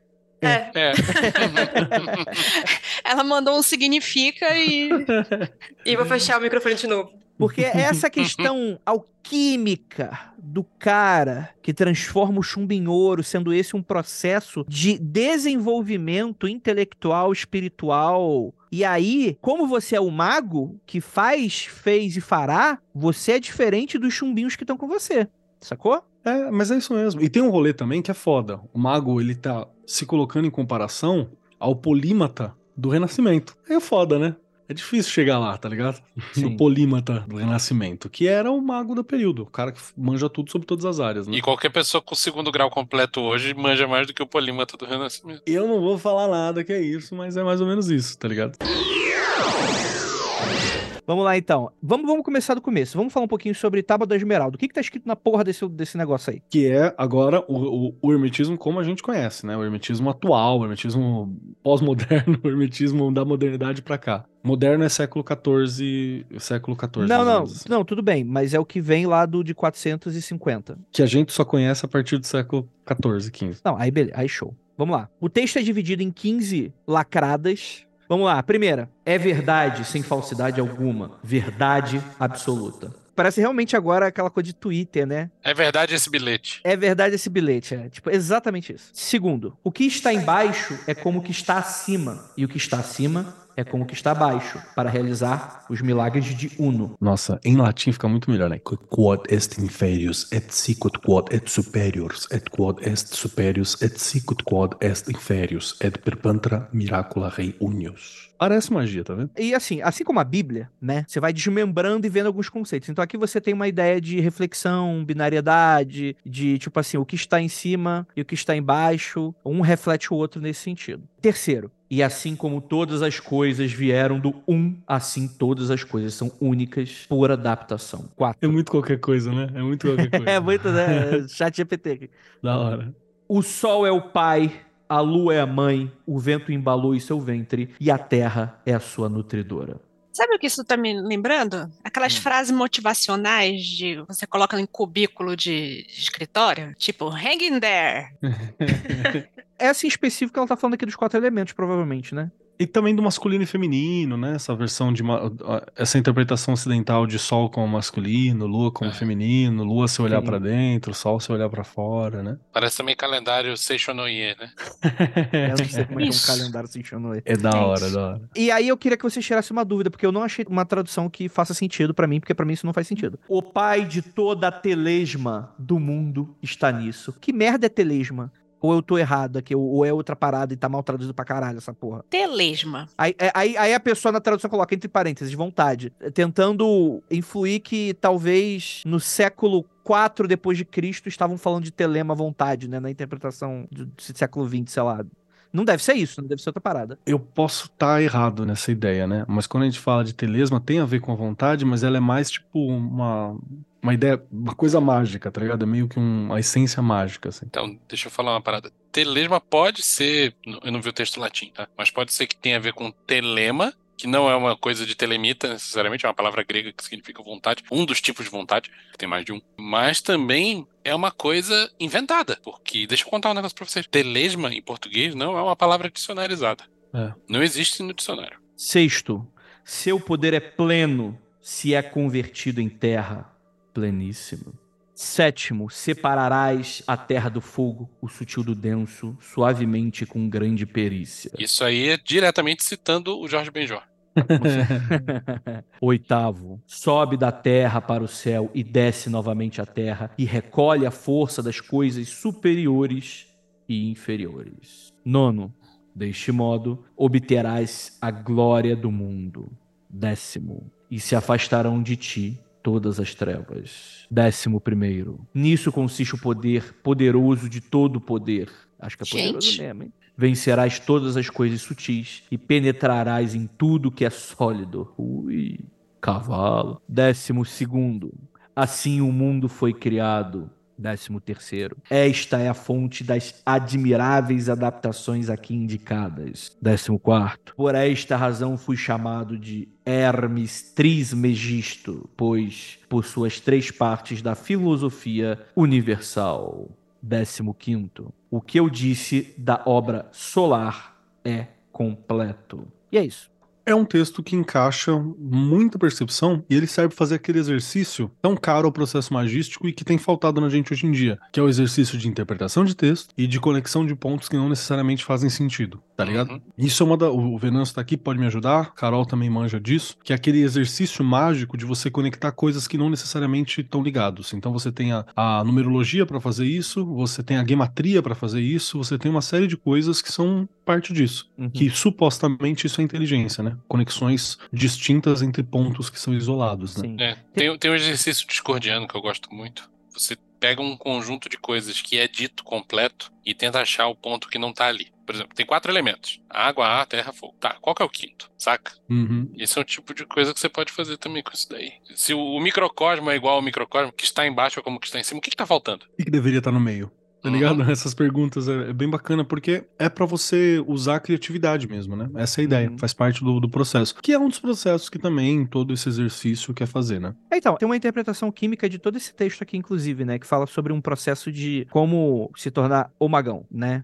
Ela mandou um significa e... E vou fechar o microfone de novo. Porque essa questão alquímica do cara que transforma o chumbo em ouro, sendo esse um processo de desenvolvimento intelectual, espiritual. E aí, como você é o mago que fez e fará, você é diferente dos chumbinhos que estão com você. Sacou? Mas é isso mesmo. E tem um rolê também que é foda. O mago, ele tá se colocando em comparação ao polímata do Renascimento. É foda, né? É difícil chegar lá, tá ligado? Sim. No polímata do Renascimento, que era o mago do período, o cara que manja tudo sobre todas as áreas, né? E qualquer pessoa com o 2º grau completo hoje manja mais do que o polímata do Renascimento. Eu não vou falar nada que é isso, mas é mais ou menos isso, tá ligado? Vamos lá, então. Vamos começar do começo. Vamos falar um pouquinho sobre Tábua da Esmeralda. O que tá escrito na porra desse negócio aí? Que é, agora, o hermetismo como a gente conhece, né? O hermetismo atual, o hermetismo pós-moderno, o hermetismo da modernidade pra cá. Moderno é século XIV, Não, tudo bem, mas é o que vem lá de 450. Que a gente só conhece a partir do século XIV, XV. Não, aí beleza, aí show. Vamos lá. O texto é dividido em 15 lacradas. Vamos lá, primeira. É verdade sem falsidade alguma. Verdade absoluta. Parece realmente agora aquela coisa de Twitter, né? É verdade esse bilhete. É verdade esse bilhete, é. Tipo, exatamente isso. Segundo, o que está embaixo é como o que está acima. E o que está acima é como o que está abaixo, para realizar os milagres de Uno. Nossa, em latim fica muito melhor, né? Quod est inferius, et sicut quod est superiors, et quod est superius, et sicut quod est inferius, et per pantra miracula rei unius. Parece magia, tá vendo? E assim como a Bíblia, né? Você vai desmembrando e vendo alguns conceitos. Então aqui você tem uma ideia de reflexão, binariedade, de tipo assim, o que está em cima e o que está embaixo, um reflete o outro nesse sentido. Terceiro, e assim como todas as coisas vieram do assim todas as coisas são únicas por adaptação. 4. É muito qualquer coisa, né? É muito qualquer coisa. É muito, né? Chat GPT aqui. Da hora. O sol é o pai, a lua é a mãe, o vento embalou em seu ventre e a terra é a sua nutridora. Sabe o que isso tá me lembrando? Aquelas frases motivacionais de você coloca em cubículo de escritório, tipo, hang in there. Essa em específico ela tá falando aqui dos 4 elementos, provavelmente, né? E também do masculino e feminino, né? Essa versão essa interpretação ocidental de sol como masculino, lua como feminino, lua se olhar pra dentro, sol se olhar pra fora, né? Parece também calendário Seishonoye, né? Eu não sei como é que um calendário se chama. É da hora, é da hora. E aí eu queria que você tirasse uma dúvida, porque eu não achei uma tradução que faça sentido pra mim, porque pra mim isso não faz sentido. O pai de toda a telesma do mundo está nisso. Que merda é telesma? Ou eu tô errado aqui, ou é outra parada e tá mal traduzido pra caralho essa porra. Telesma. Aí a pessoa na tradução coloca entre parênteses, vontade, tentando influir que talvez no século 4 depois de Cristo estavam falando de telema vontade, né, na interpretação do século 20, sei lá. Não deve ser isso, não deve ser outra parada. Eu posso estar errado nessa ideia, né? Mas quando a gente fala de telesma, tem a ver com a vontade, mas ela é mais tipo uma ideia, uma coisa mágica, tá ligado? É meio que uma essência mágica, assim. Então, deixa eu falar uma parada. Telesma pode ser, eu não vi o texto latim, tá? Mas pode ser que tenha a ver com telema, que não é uma coisa de telemita necessariamente, é uma palavra grega que significa vontade, um dos tipos de vontade, tem mais de um, mas também é uma coisa inventada, porque, deixa eu contar um negócio pra vocês, telesma em português não é uma palavra dicionarizada, não existe no dicionário. Sexto, seu poder é pleno se é convertido em terra, pleníssimo. Sétimo, separarás a terra do fogo, o sutil do denso, suavemente com grande perícia. Isso aí é diretamente citando o Jorge Benjor. Oitavo, sobe da terra para o céu e desce novamente à terra e recolhe a força das coisas superiores e inferiores. Nono, deste modo obterás a glória do mundo. Décimo, e se afastarão de ti todas as trevas. 11º, nisso consiste o poder poderoso de todo o poder. Acho que é poderoso mesmo, hein? Vencerás todas as coisas sutis e penetrarás em tudo que é sólido. Ui, cavalo. 12º, assim o mundo foi criado. 13º, esta é a fonte das admiráveis adaptações aqui indicadas. 14º, por esta razão fui chamado de Hermes Trismegisto, pois possui as 3 partes da filosofia universal. 15º, o que eu disse da obra solar é completo. E é isso. É um texto que encaixa muita percepção e ele serve para fazer aquele exercício tão caro ao processo magístico e que tem faltado na gente hoje em dia, que é o exercício de interpretação de texto e de conexão de pontos que não necessariamente fazem sentido. tá ligado? Isso é o Venâncio tá aqui, pode me ajudar, Carol também manja disso, que é aquele exercício mágico de você conectar coisas que não necessariamente estão ligados. Então você tem a numerologia pra fazer isso, você tem a gematria pra fazer isso, você tem uma série de coisas que são parte disso. Que supostamente isso é inteligência, né? Conexões distintas entre pontos que são isolados, né? Tem um exercício discordiano que eu gosto muito. Você pega um conjunto de coisas que é dito completo e tenta achar o ponto que não tá ali. Por exemplo, tem 4 elementos: água, ar, terra, fogo. Tá, qual que é o quinto? Saca? Esse é um tipo de coisa que você pode fazer também com isso daí. Se o microcosmo é igual ao microcosmo, que está embaixo é como que está em cima, o que tá faltando? O que deveria estar no meio? Tá ligado? Essas perguntas é bem bacana, porque é pra você usar a criatividade mesmo, né? Essa é a ideia, faz parte do processo. Que é um dos processos que também todo esse exercício quer fazer, né? Então, tem uma interpretação química de todo esse texto aqui, inclusive, né? Que fala sobre um processo de como se tornar o magão, né?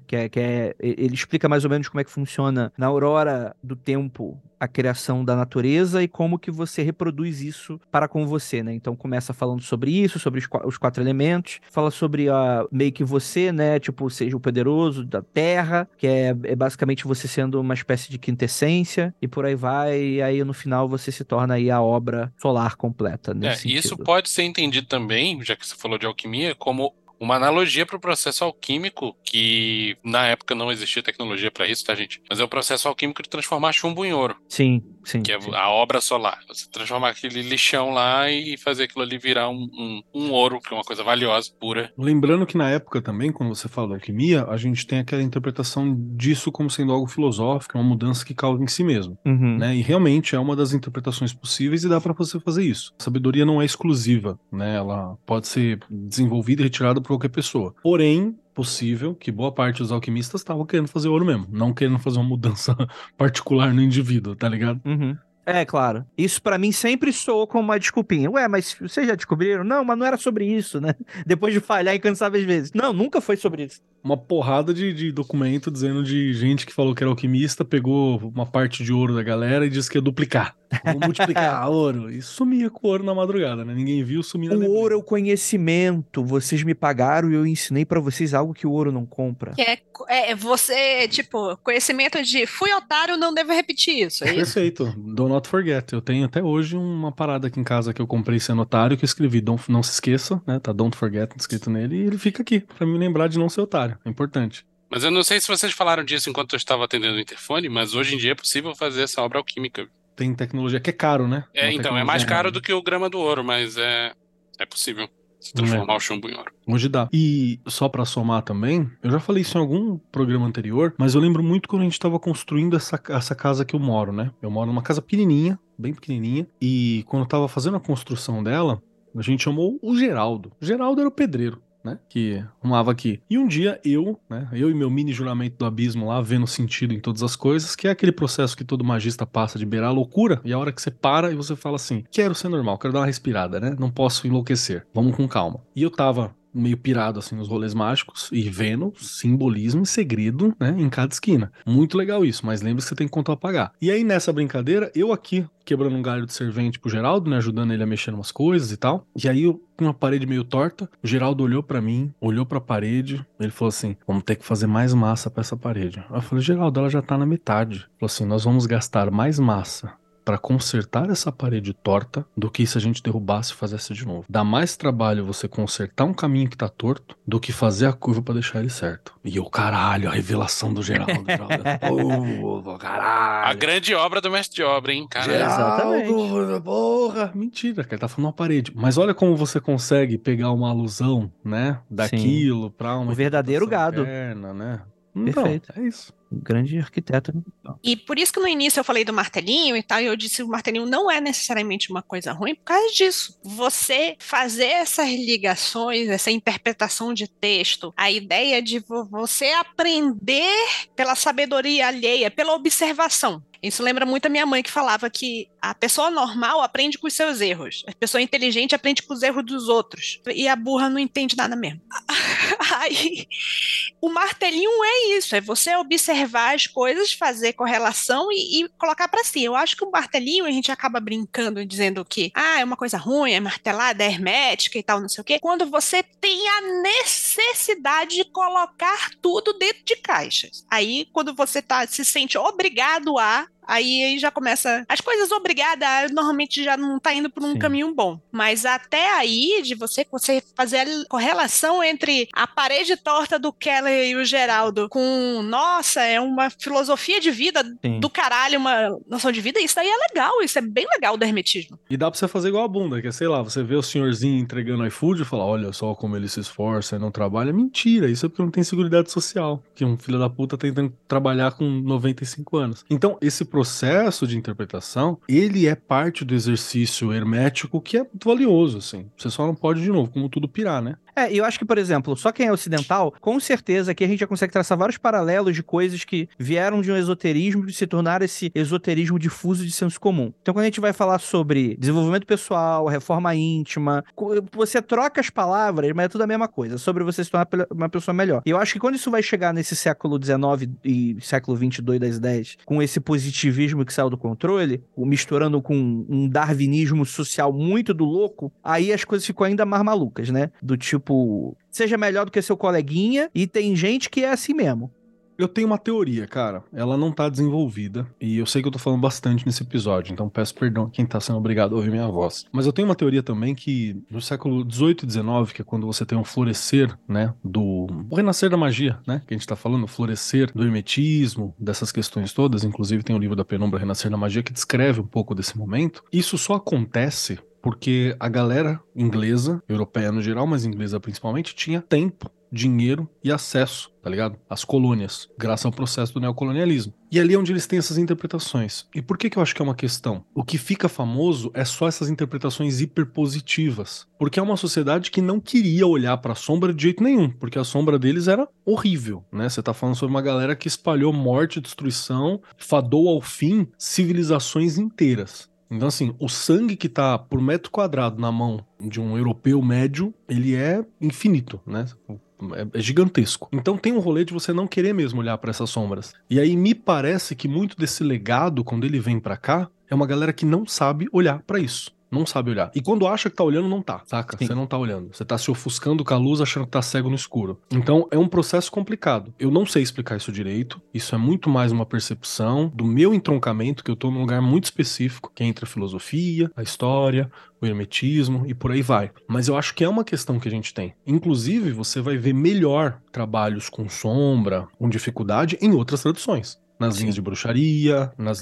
Ele explica mais ou menos como é que funciona na aurora do tempo a criação da natureza e como que você reproduz isso para com você, né? Então começa falando sobre isso, sobre os 4 elementos, fala sobre meio que você, né? Tipo, seja o poderoso da terra, que é basicamente você sendo uma espécie de quintessência, e por aí vai, e aí no final você se torna aí a obra solar completa, nesse sentido. Isso pode ser entendido também, já que você falou de alquimia, como uma analogia para o processo alquímico, que na época não existia tecnologia para isso, tá, gente? Mas é o processo alquímico de transformar chumbo em ouro. Sim. Que é a obra solar. Você transformar aquele lixão lá e fazer aquilo ali virar um ouro, que é uma coisa valiosa, pura. Lembrando que na época também, quando você fala da alquimia, a gente tem aquela interpretação disso como sendo algo filosófico, uma mudança que causa em si mesmo. Né? E realmente é uma das interpretações possíveis e dá pra você fazer isso. A sabedoria não é exclusiva, né? Ela pode ser desenvolvida e retirada por qualquer pessoa. Porém, possível que boa parte dos alquimistas estavam querendo fazer ouro mesmo, não querendo fazer uma mudança particular no indivíduo, tá ligado? É, claro. Isso pra mim sempre soou como uma desculpinha. Ué, mas vocês já descobriram? Não, mas não era sobre isso, né? Depois de falhar incansáveis vezes. Não, nunca foi sobre isso. Uma porrada de documento dizendo de gente que falou que era alquimista, pegou uma parte de ouro da galera e disse que ia duplicar. Vou multiplicar ouro. E sumia com o ouro na madrugada, né? Ninguém viu, sumia na neblina. O ouro é o conhecimento. Vocês me pagaram e eu ensinei pra vocês algo que o ouro não compra. Que você, tipo, conhecimento de fui otário, não devo repetir isso, é isso? Perfeito. Do not forget. Eu tenho até hoje uma parada aqui em casa que eu comprei sendo otário, que eu escrevi não se esqueça, né? Tá don't forget escrito nele, e ele fica aqui, pra me lembrar de não ser otário. É importante. Mas eu não sei se vocês falaram disso enquanto eu estava atendendo o interfone, mas hoje em dia é possível fazer essa obra alquímica. Tem tecnologia que é caro, né? Então, é mais caro do que o grama do ouro, mas é possível se transformar o chumbo em ouro. Hoje dá. E só pra somar também, eu já falei isso em algum programa anterior, mas eu lembro muito quando a gente tava construindo essa casa que eu moro, né? Eu moro numa casa pequenininha, bem pequenininha, e quando eu tava fazendo a construção dela, a gente chamou o Geraldo. O Geraldo era o pedreiro, né, que arrumava aqui. E um dia eu e meu mini juramento do abismo lá, vendo sentido em todas as coisas, que é aquele processo que todo magista passa de beirar a loucura, e a hora que você para e você fala assim, quero ser normal, quero dar uma respirada, né, não posso enlouquecer, vamos com calma. E eu tava meio pirado, assim, nos rolês mágicos e vendo simbolismo e segredo, né, em cada esquina. Muito legal isso, mas lembra que você tem que contar a pagar. E aí, nessa brincadeira, eu aqui, quebrando um galho de servente pro Geraldo, né, ajudando ele a mexer em umas coisas e tal. E aí, eu com uma parede meio torta, o Geraldo olhou pra mim, olhou pra parede, ele falou assim, vamos ter que fazer mais massa pra essa parede. Eu falei, Geraldo, ela já tá na metade. Ele falou assim, nós vamos gastar mais massa para consertar essa parede torta do que se a gente derrubasse e fizesse de novo. Dá mais trabalho você consertar um caminho que tá torto do que fazer a curva para deixar ele certo. E eu, caralho, a revelação do Geraldo. Caralho. A grande obra do mestre de obra, hein, cara? Geraldo, porra. Mentira, cara, ele tá falando uma parede. Mas olha como você consegue pegar uma alusão, né, daquilo para uma... O verdadeiro gado. Interna, né? Perfeito. Então, é isso. Um grande arquiteto. E por isso que no início eu falei do martelinho e tal, e eu disse que o martelinho não é necessariamente uma coisa ruim por causa disso. Você fazer essas ligações, essa interpretação de texto, a ideia de você aprender pela sabedoria alheia, pela observação. Isso lembra muito a minha mãe, que falava que a pessoa normal aprende com os seus erros. A pessoa inteligente aprende com os erros dos outros. E a burra não entende nada mesmo. Aí, o martelinho é isso, é você observar as coisas, fazer correlação e colocar pra si. Eu acho que o martelinho a gente acaba brincando, dizendo que é uma coisa ruim, é martelada, é hermética e tal, não sei o quê. Quando você tem a necessidade de colocar tudo dentro de caixas. Aí, quando você se sente obrigado aí já começa... As coisas obrigadas normalmente já não tá indo por um caminho bom. Mas até aí, de você fazer a correlação entre a parede torta do Keller e o Geraldo com, nossa, é uma filosofia de vida do caralho, uma noção de vida, isso aí é legal, isso é bem legal do hermetismo. E dá pra você fazer igual a bunda, que é, sei lá, você vê o senhorzinho entregando iFood e fala, olha só como ele se esforça e não trabalha. Mentira, isso é porque não tem seguridade social, que um filho da puta tentando trabalhar com 95 anos. Então, esse processo de interpretação, ele é parte do exercício hermético que é muito valioso, assim. Você só não pode, de novo, como tudo pirar, né? Eu acho que, por exemplo, só quem é ocidental, com certeza aqui a gente já consegue traçar vários paralelos de coisas que vieram de um esoterismo e se tornaram esse esoterismo difuso de senso comum. Então, quando a gente vai falar sobre desenvolvimento pessoal, reforma íntima, você troca as palavras, mas é tudo a mesma coisa, sobre você se tornar uma pessoa melhor. E eu acho que quando isso vai chegar nesse século XIX e século XXII das ideias, com esse positivismo que saiu do controle, misturando com um darwinismo social muito do louco, aí as coisas ficam ainda mais malucas, né? Do tipo, seja melhor do que seu coleguinha, e tem gente que é assim mesmo. Eu tenho uma teoria, cara. Ela não tá desenvolvida. E eu sei que eu tô falando bastante nesse episódio, então peço perdão a quem tá sendo obrigado a ouvir minha voz. Mas eu tenho uma teoria também que no século XVIII e XIX, que é quando você tem um florescer, né, o renascer da magia, né, que a gente tá falando, o florescer do hermetismo, dessas questões todas. Inclusive tem o livro da Penumbra, Renascer da Magia, que descreve um pouco desse momento. Isso só acontece porque a galera inglesa, europeia no geral, mas inglesa principalmente, tinha tempo, dinheiro e acesso, tá ligado? Às colônias, graças ao processo do neocolonialismo. E ali é onde eles têm essas interpretações. E por que eu acho que é uma questão? O que fica famoso é só essas interpretações hiperpositivas. Porque é uma sociedade que não queria olhar pra sombra de jeito nenhum, porque a sombra deles era horrível, né? Você tá falando sobre uma galera que espalhou morte e destruição, fadou ao fim civilizações inteiras. Então, assim, o sangue que tá por metro quadrado na mão de um europeu médio, ele é infinito, né? É gigantesco. Então tem um rolê de você não querer mesmo olhar pra essas sombras. E aí me parece que muito desse legado, quando ele vem pra cá, é uma galera que não sabe olhar pra isso. Não sabe olhar. E quando acha que tá olhando, não tá, saca? Sim. Você não tá olhando. Você tá se ofuscando com a luz, achando que tá cego no escuro. Então, é um processo complicado. Eu não sei explicar isso direito. Isso é muito mais uma percepção do meu entroncamento, que eu tô num lugar muito específico, que é entre a filosofia, a história, o hermetismo e por aí vai. Mas eu acho que é uma questão que a gente tem. Inclusive, você vai ver melhor trabalhos com sombra, com dificuldade, em outras traduções. Nas linhas de bruxaria, nas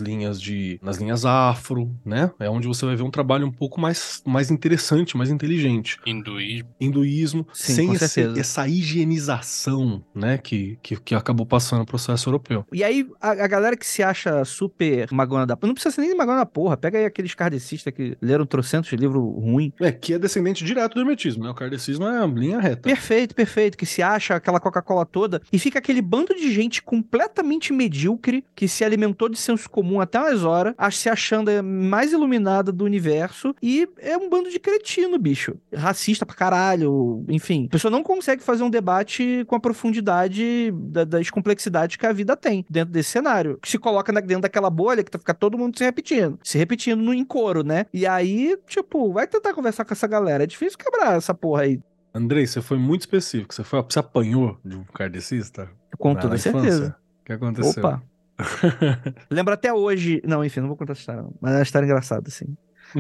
linhas afro, né? É onde você vai ver um trabalho um pouco mais interessante, mais inteligente. Hinduísmo. Sim, sem essa higienização, né? Que acabou passando no processo europeu. E aí, a galera que se acha super magona da porra, não precisa ser nem magona da porra, pega aí aqueles kardecistas que leram trocentos de livro ruim. Que é descendente direto do hermetismo, né? O kardecismo é uma linha reta. Perfeito, que se acha aquela Coca-Cola toda, e fica aquele bando de gente completamente medíocre, que se alimentou de senso comum até umas horas, se achando a mais iluminada do universo, e é um bando de cretino, bicho. Racista pra caralho, enfim. A pessoa não consegue fazer um debate com a profundidade das complexidades que a vida tem dentro desse cenário. Que se coloca dentro daquela bolha que fica todo mundo se repetindo em coro, né? E aí, tipo, vai tentar conversar com essa galera. É difícil quebrar essa porra aí. Andrei, você foi muito específico. Você apanhou de um kardecista? Com toda certeza. O que aconteceu? Opa. Lembro até hoje. Não, enfim, não vou contar essa história, mas é uma história engraçada, assim.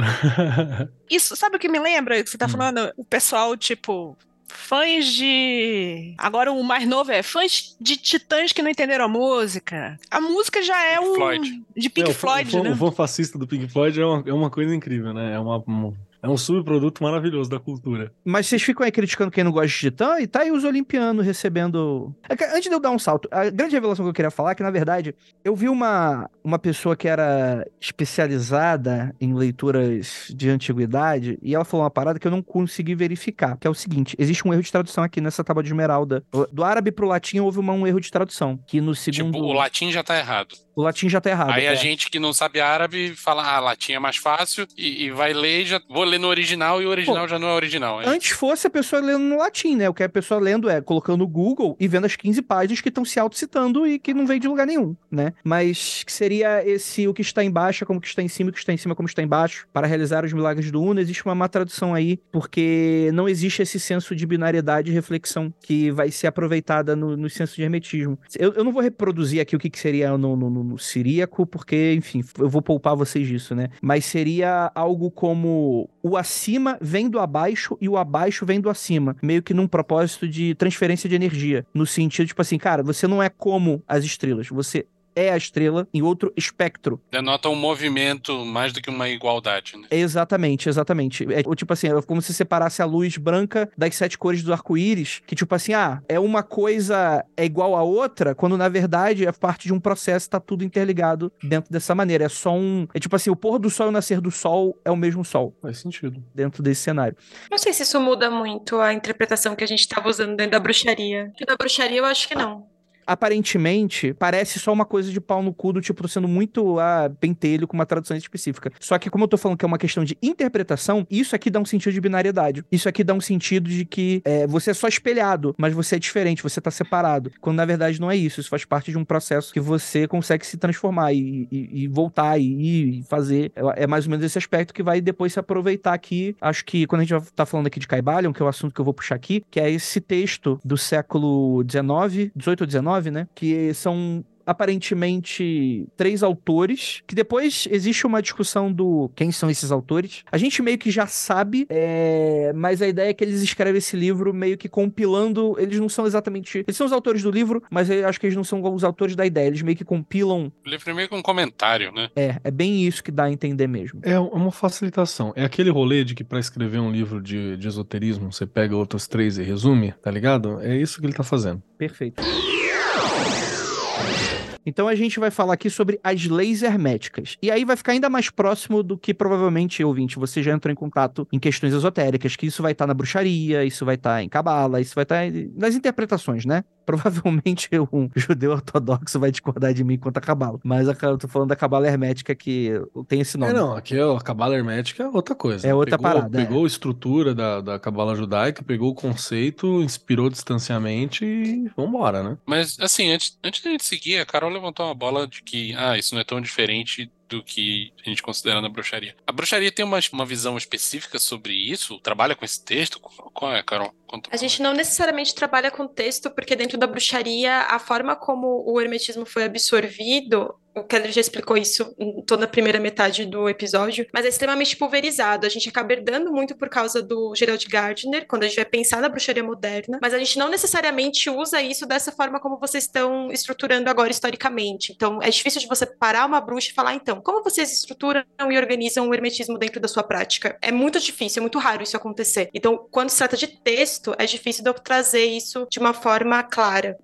Isso, sabe o que me lembra? Que você tá falando? O pessoal, tipo, fãs de... Agora o mais novo é fãs de Titãs que não entenderam a música. A música já é de Pink Floyd, né? O fã fascista do Pink Floyd é uma coisa incrível, né? É um subproduto maravilhoso da cultura. Mas vocês ficam aí criticando quem não gosta de Titã, e tá aí os olimpianos recebendo... Antes de eu dar um salto, a grande revelação que eu queria falar é que, na verdade, eu vi uma pessoa que era especializada em leituras de antiguidade, e ela falou uma parada que eu não consegui verificar, que é o seguinte: existe um erro de tradução aqui nessa tábua de esmeralda. Do árabe pro latim houve um erro de tradução, que no segundo... Tipo, o latim já tá errado. O latim já tá errado. Aí a gente que não sabe árabe fala, latim é mais fácil, e vai ler, já vou ler no original, e o original já não é original. Antes fosse a pessoa lendo no latim, né? O que a pessoa lendo é colocando no Google e vendo as 15 páginas que estão se autocitando e que não vem de lugar nenhum, né? Mas que seria o que está embaixo como que está em cima, o que está em cima como está embaixo. Para realizar os milagres do Uno, existe uma má tradução aí, porque não existe esse senso de binariedade e reflexão que vai ser aproveitada no senso de hermetismo. Eu não vou reproduzir aqui o que seria no siríaco, porque, enfim, eu vou poupar vocês disso, né? Mas seria algo como o acima vem do abaixo e o abaixo vem do acima, meio que num propósito de transferência de energia, no sentido, tipo assim, cara, você não é como as estrelas, você é a estrela em outro espectro. Denota um movimento mais do que uma igualdade, né? Exatamente. É tipo assim, é como se separasse a luz branca das 7 cores do arco-íris, que tipo assim, é uma coisa é igual a outra, quando na verdade é parte de um processo, tá tudo interligado dentro dessa maneira. É tipo assim, o pôr do sol e o nascer do sol é o mesmo sol. Faz sentido. Dentro desse cenário. Não sei se isso muda muito a interpretação que a gente tava usando dentro da bruxaria. Da bruxaria eu acho que não. Aparentemente, parece só uma coisa de pau no cu, do tipo, sendo muito pentelho com uma tradução específica. Só que, como eu tô falando que é uma questão de interpretação, isso aqui dá um sentido de binariedade. Isso aqui dá um sentido de que você é só espelhado, mas você é diferente, você tá separado. Quando, na verdade, não é isso. Isso faz parte de um processo que você consegue se transformar e voltar e fazer. É mais ou menos esse aspecto que vai depois se aproveitar aqui. Acho que, quando a gente tá falando aqui de Kybalion, que é o assunto que eu vou puxar aqui, que é esse texto do século XIX, 18 ou 19, né? Que são aparentemente 3 autores, que depois existe uma discussão do quem são esses autores. A gente meio que já sabe, mas a ideia é que eles escrevem esse livro meio que compilando, eles não são exatamente, eles são os autores do livro, mas eu acho que eles não são os autores da ideia, eles meio que compilam. O livro é meio que um comentário, né? É bem isso que dá a entender mesmo. É uma facilitação. É aquele rolê de que pra escrever um livro de esoterismo, você pega outros 3 e resume, tá ligado? É isso que ele tá fazendo. Perfeito. Então a gente vai falar aqui sobre as leis herméticas. E aí vai ficar ainda mais próximo do que provavelmente, ouvinte, você já entrou em contato em questões esotéricas, que isso vai estar na bruxaria, isso vai estar em cabala, isso vai estar nas interpretações, né? Provavelmente um judeu ortodoxo vai discordar de mim quanto a cabala. Mas eu tô falando da cabala hermética que tem esse nome. Não, aqui a cabala hermética é outra coisa. É outra parada. Pegou a estrutura da cabala judaica, pegou o conceito, inspirou distanciamento e vambora, né? Mas, assim, antes da gente seguir, a Carol levantou uma bola de que, isso não é tão diferente do que a gente considera na bruxaria. A bruxaria tem uma visão específica sobre isso? Trabalha com esse texto? Qual é, Carol? A gente não necessariamente trabalha com texto, porque dentro da bruxaria, a forma como o hermetismo foi absorvido, o Keller já explicou isso em toda a primeira metade do episódio, mas é extremamente pulverizado. A gente acaba herdando muito por causa do Gerald Gardner, quando a gente vai pensar na bruxaria moderna, mas a gente não necessariamente usa isso dessa forma como vocês estão estruturando agora historicamente. Então, é difícil de você parar uma bruxa e falar, então, como vocês estruturam e organizam o hermetismo dentro da sua prática? É muito difícil, é muito raro isso acontecer. Então, quando se trata de texto, é difícil de eu trazer isso de uma forma clara,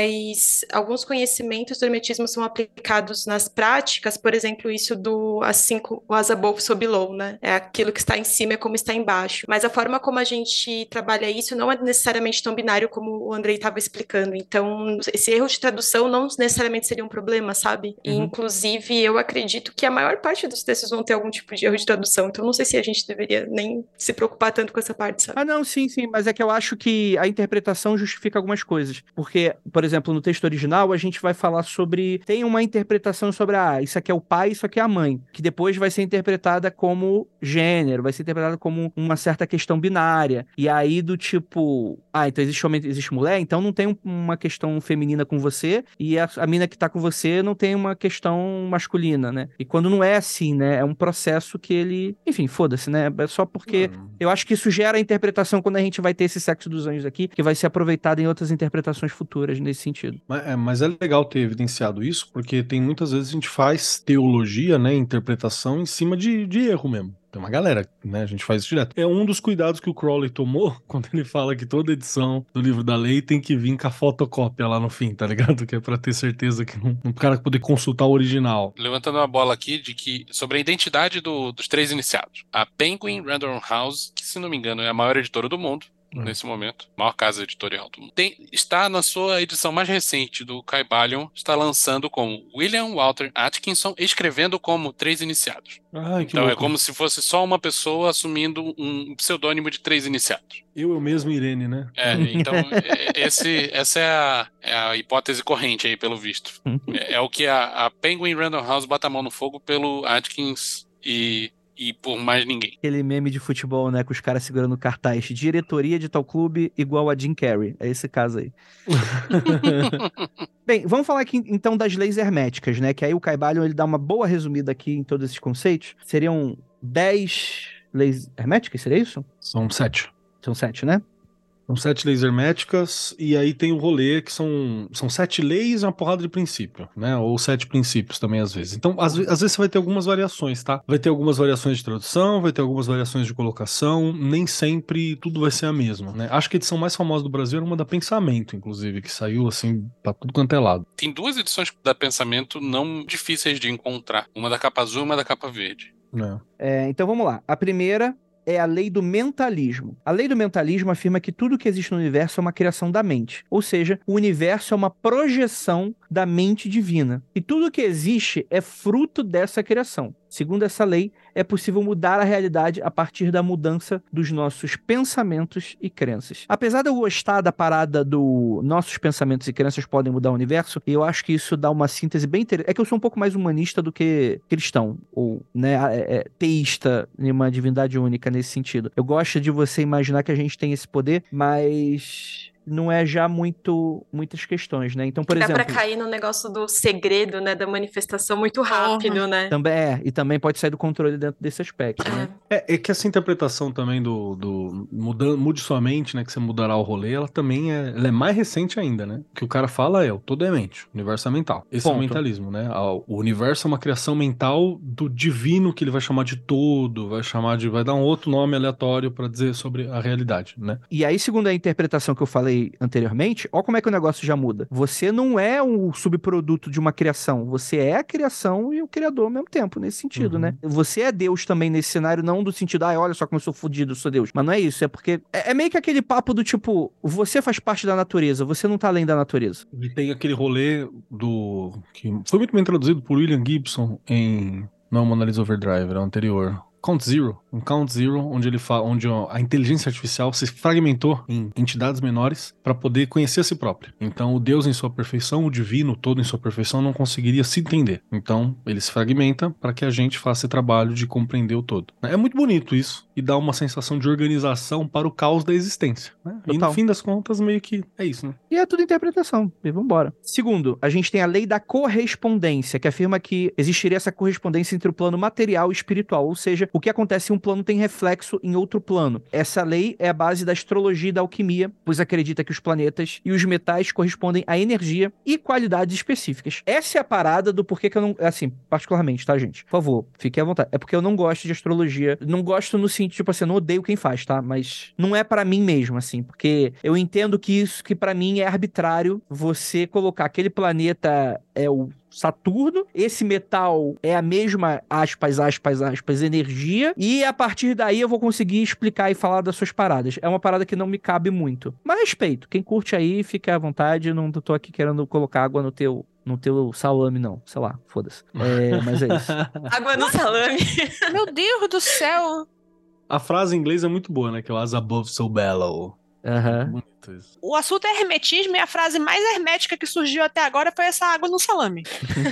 mas alguns conhecimentos do hermetismo são aplicados nas práticas, por exemplo, isso do o as above so below, né? É aquilo que está em cima é como está embaixo. Mas a forma como a gente trabalha isso não é necessariamente tão binário como o Andrei estava explicando. Então, esse erro de tradução não necessariamente seria um problema, sabe? E, inclusive, eu acredito que a maior parte dos textos vão ter algum tipo de erro de tradução. Então, não sei se a gente deveria nem se preocupar tanto com essa parte, sabe? Não, sim, mas é que eu acho que a interpretação justifica algumas coisas. Porque, por exemplo, no texto original, a gente vai falar sobre... Tem uma interpretação sobre, isso aqui é o pai, isso aqui é a mãe. Que depois vai ser interpretada como gênero, vai ser interpretada como uma certa questão binária. E aí, do tipo... então existe homem, existe mulher, então não tem uma questão feminina com você, e a mina que tá com você não tem uma questão masculina, né? E quando não é assim, né? É um processo que ele... Enfim, foda-se, né? É só porque eu acho que isso gera interpretação quando a gente vai ter esse sexo dos anjos aqui, que vai ser aproveitado em outras interpretações futuras nesse sentido. Mas é legal ter evidenciado isso, porque tem muitas vezes a gente faz teologia, né, interpretação em cima de erro mesmo. Tem uma galera, né? A gente faz isso direto. É um dos cuidados que o Crowley tomou quando ele fala que toda edição do livro da lei tem que vir com a fotocópia lá no fim, tá ligado? Que é pra ter certeza que o cara poder consultar o original. Levantando uma bola aqui sobre a identidade dos 3 iniciados. A Penguin Random House, que se não me engano é a maior editora do mundo, nesse momento. Maior casa editorial do mundo. Está na sua edição mais recente do Kybalion, está lançando como William Walter Atkinson, escrevendo como 3 iniciados. Ai, que então louco. é como se fosse só uma pessoa assumindo um pseudônimo de 3 iniciados. Eu mesmo, Irene, né? Então essa é a hipótese corrente aí, pelo visto. É o que a Penguin Random House bota a mão no fogo pelo Atkins e por mais ninguém. Aquele meme de futebol, né, com os caras segurando cartaz. Diretoria de tal clube igual a Jim Carrey. É esse caso aí. Bem, vamos falar aqui então das leis herméticas, né? Que aí o Kybalion, ele dá uma boa resumida aqui em todos esses conceitos. Seriam 10 leis herméticas, seria isso? São 7. São 7, né? São 7 leis herméticas, e aí tem o rolê que são 7 leis e uma porrada de princípio, né? Ou 7 princípios também, às vezes. Então, às vezes você vai ter algumas variações, tá? Vai ter algumas variações de tradução, vai ter algumas variações de colocação, nem sempre tudo vai ser a mesma, né? Acho que a edição mais famosa do Brasil era uma da Pensamento, inclusive, que saiu, assim, pra tudo quanto é lado. Tem 2 edições da Pensamento não difíceis de encontrar. Uma da capa azul e uma da capa verde. Então, vamos lá. A primeira é a lei do mentalismo. A lei do mentalismo afirma que tudo que existe no universo é uma criação da mente. Ou seja, o universo é uma projeção da mente divina. E tudo que existe é fruto dessa criação. Segundo essa lei, é possível mudar a realidade a partir da mudança dos nossos pensamentos e crenças. Apesar de eu gostar da parada do nossos pensamentos e crenças podem mudar o universo, eu acho que isso dá uma síntese bem interessante. É que eu sou um pouco mais humanista do que cristão, ou teísta em uma divindade única nesse sentido. Eu gosto de você imaginar que a gente tem esse poder, mas não é já muitas questões, né? Então, por exemplo... Dá pra cair no negócio do segredo, né? Da manifestação muito rápido, né? Também e também pode sair do controle dentro desse aspecto, né? É que essa interpretação também do mude sua mente, né? Que você mudará o rolê, ela também ela é mais recente ainda, né? O que o cara fala o todo é mente, o universo é mental. Esse é o mentalismo, né? O universo é uma criação mental do divino que ele vai chamar de todo, vai dar um outro nome aleatório pra dizer sobre a realidade, né? E aí, segundo a interpretação que eu falei anteriormente, ó como é que o negócio já muda. Você não é um subproduto de uma criação, você é a criação e o criador ao mesmo tempo, nesse sentido, né? Você é Deus também nesse cenário, não do sentido, olha só como eu sou fodido, eu sou Deus. Mas não é isso, é porque é meio que aquele papo do tipo, você faz parte da natureza, você não tá além da natureza. E tem aquele rolê que foi muito bem traduzido por William Gibson não Mona Lisa Overdrive, era o anterior. Count Zero, onde ele fala, onde a inteligência artificial se fragmentou em entidades menores para poder conhecer a si própria. Então, o Deus em sua perfeição, o divino todo em sua perfeição, não conseguiria se entender. Então, ele se fragmenta para que a gente faça esse trabalho de compreender o todo. É muito bonito isso e dá uma sensação de organização para o caos da existência, né? E no fim das contas, meio que é isso, né? E é tudo interpretação. E vambora. Segundo, a gente tem a lei da correspondência, que afirma que existiria essa correspondência entre o plano material e espiritual, ou seja, o que acontece em um plano tem reflexo em outro plano. Essa lei é a base da astrologia e da alquimia, pois acredita que os planetas e os metais correspondem a energia e qualidades específicas. Essa é a parada do porquê que eu não... Assim, particularmente, tá, gente? Por favor, fiquem à vontade. É porque eu não gosto de astrologia. Não gosto no sentido, tipo assim, eu não odeio quem faz, tá? Mas não é pra mim mesmo, assim, porque eu entendo que pra mim é arbitrário você colocar aquele planeta o Saturno, esse metal é a mesma, aspas, energia, e a partir daí eu vou conseguir explicar e falar das suas paradas. É uma parada que não me cabe muito. Mas respeito, quem curte aí, fica à vontade, não tô aqui querendo colocar água no teu salame, não. Sei lá, foda-se. Mas é isso. Água no salame. Meu Deus do céu. A frase em inglês é muito boa, né? Que é o as above so bellow. Bonito isso. O assunto é hermetismo e a frase mais hermética que surgiu até agora foi essa água no salame.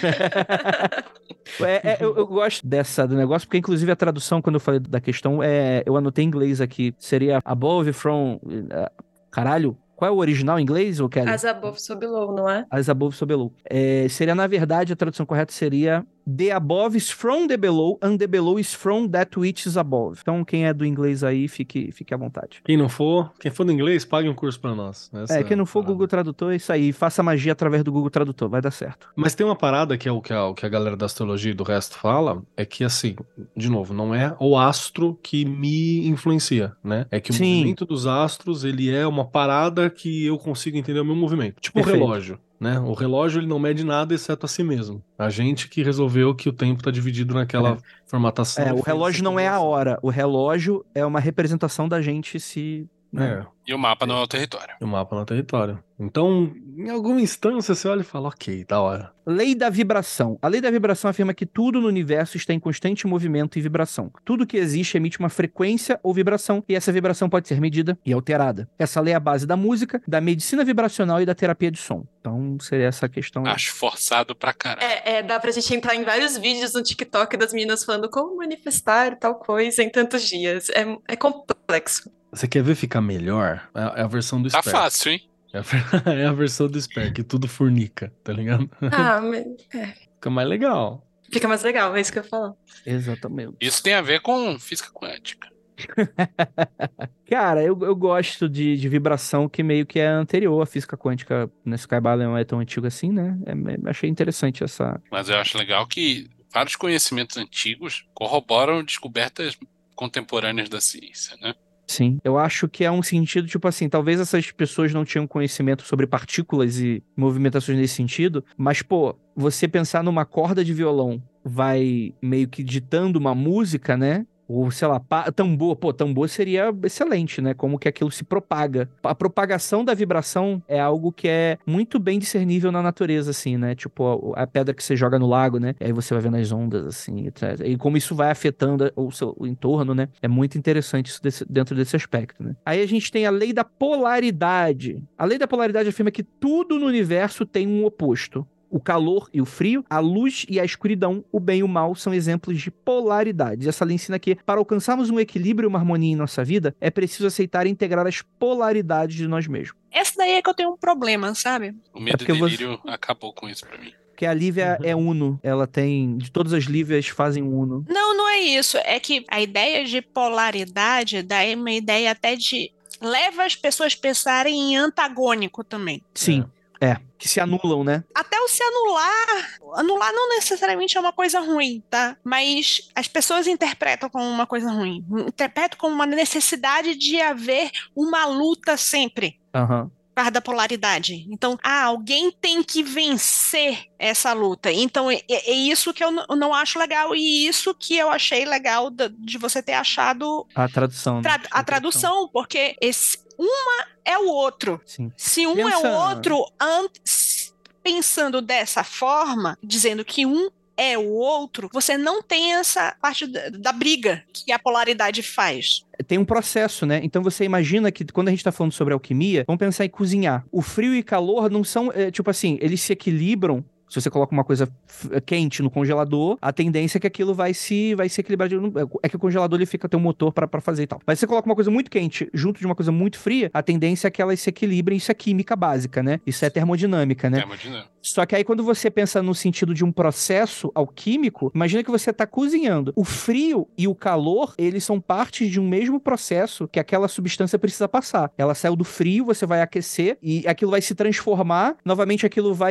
Eu gosto do negócio, porque inclusive a tradução, quando eu falei da questão, eu anotei em inglês aqui, seria above from... caralho, qual é o original em inglês, ou Kelly? As above so below, não é? As above so below. Seria, na verdade, a tradução correta seria the above is from the below and the below is from that which is above. Então, quem é do inglês aí, fique à vontade. Quem for do inglês, pague um curso pra nós. Quem não for Google Tradutor, é isso aí. Faça magia através do Google Tradutor, vai dar certo. Mas tem uma parada que é o que a galera da astrologia e do resto fala, é que, assim, de novo, não é o astro que me influencia, né? É que o movimento dos astros, ele é uma parada que eu consigo entender o meu movimento. Tipo o relógio. Né? O relógio ele não mede nada exceto a si mesmo. A gente que resolveu que o tempo está dividido naquela formatação. O relógio não é a hora. O relógio é uma representação da gente se né? E o mapa não é o território. O mapa não é o território. Então, em alguma instância, você olha e fala, ok, da hora. Lei da vibração. A lei da vibração afirma que tudo no universo está em constante movimento e vibração. Tudo que existe emite uma frequência ou vibração, e essa vibração pode ser medida e alterada. Essa lei é a base da música, da medicina vibracional e da terapia de som. Então, seria essa questão aí. Acho forçado pra caralho. Dá pra gente entrar em vários vídeos no TikTok das meninas falando como manifestar tal coisa em tantos dias. É complexo. Você quer ver ficar melhor? É a versão do Tá Sper. fácil, hein? É a versão do Sper, que tudo fornica, tá ligado? Mas Fica mais legal. fica mais legal, é isso que eu ia falar. Exatamente. Isso tem a ver com física quântica. Cara, eu gosto de vibração que meio que é anterior à física quântica. Nesse Skybalance não é tão antigo assim, né? Achei interessante essa... Mas eu acho legal que vários conhecimentos antigos corroboram descobertas contemporâneas da ciência, né? Sim, eu acho que é um sentido, tipo assim, talvez essas pessoas não tinham conhecimento sobre partículas e movimentações nesse sentido, mas, pô, você pensar numa corda de violão vai meio que ditando uma música, né? Ou, sei lá, tambor. Pô, tambor seria excelente, né? Como que aquilo se propaga. A propagação da vibração é algo que é muito bem discernível na natureza, assim, né? Tipo, a pedra que você joga no lago, né? E aí você vai vendo as ondas, assim, etc. E como isso vai afetando o entorno, né? É muito interessante isso dentro desse aspecto, né? Aí a gente tem a lei da polaridade. A lei da polaridade afirma que tudo no universo tem um oposto. O calor e o frio, a luz e a escuridão, o bem e o mal são exemplos de polaridade. Essa lei ensina que, para alcançarmos um equilíbrio e uma harmonia em nossa vida, é preciso aceitar e integrar as polaridades de nós mesmos. Essa daí é que eu tenho um problema, sabe? O medo e delírio acabou com isso pra mim. Porque a Lívia é uno. Ela tem... De todas as Lívias fazem uno. Não é isso. É que a ideia de polaridade dá uma ideia até de... leva as pessoas a pensarem em antagônico também. Sim. Que se anulam, né? Até o se anular não necessariamente é uma coisa ruim, tá? Mas as pessoas interpretam como uma coisa ruim. Interpretam como uma necessidade de haver uma luta sempre. Aham. Por causa da polaridade. Então, alguém tem que vencer essa luta. Então, é isso que eu não acho legal e isso que eu achei legal de você ter achado... A tradução. A tradução, porque uma é o outro. Sim. Se um é o outro, pensando dessa forma, dizendo que um é o outro, você não tem essa parte da briga que a polaridade faz. Tem um processo, né? Então você imagina que quando a gente tá falando sobre alquimia, vamos pensar em cozinhar. O frio e calor não são, tipo assim, eles se equilibram. Se você coloca uma coisa quente no congelador, a tendência é que aquilo vai se equilibrar. É que o congelador ele fica tem um motor pra fazer e tal. Mas se você coloca uma coisa muito quente junto de uma coisa muito fria, a tendência é que elas se equilibrem. Isso é química básica, né? Isso é termodinâmica, né? Termodinâmica. Só que aí quando você pensa no sentido de um processo alquímico, imagina que você tá cozinhando. O frio e o calor, eles são partes de um mesmo processo que aquela substância precisa passar. Ela saiu do frio, você vai aquecer e aquilo vai se transformar. Novamente aquilo vai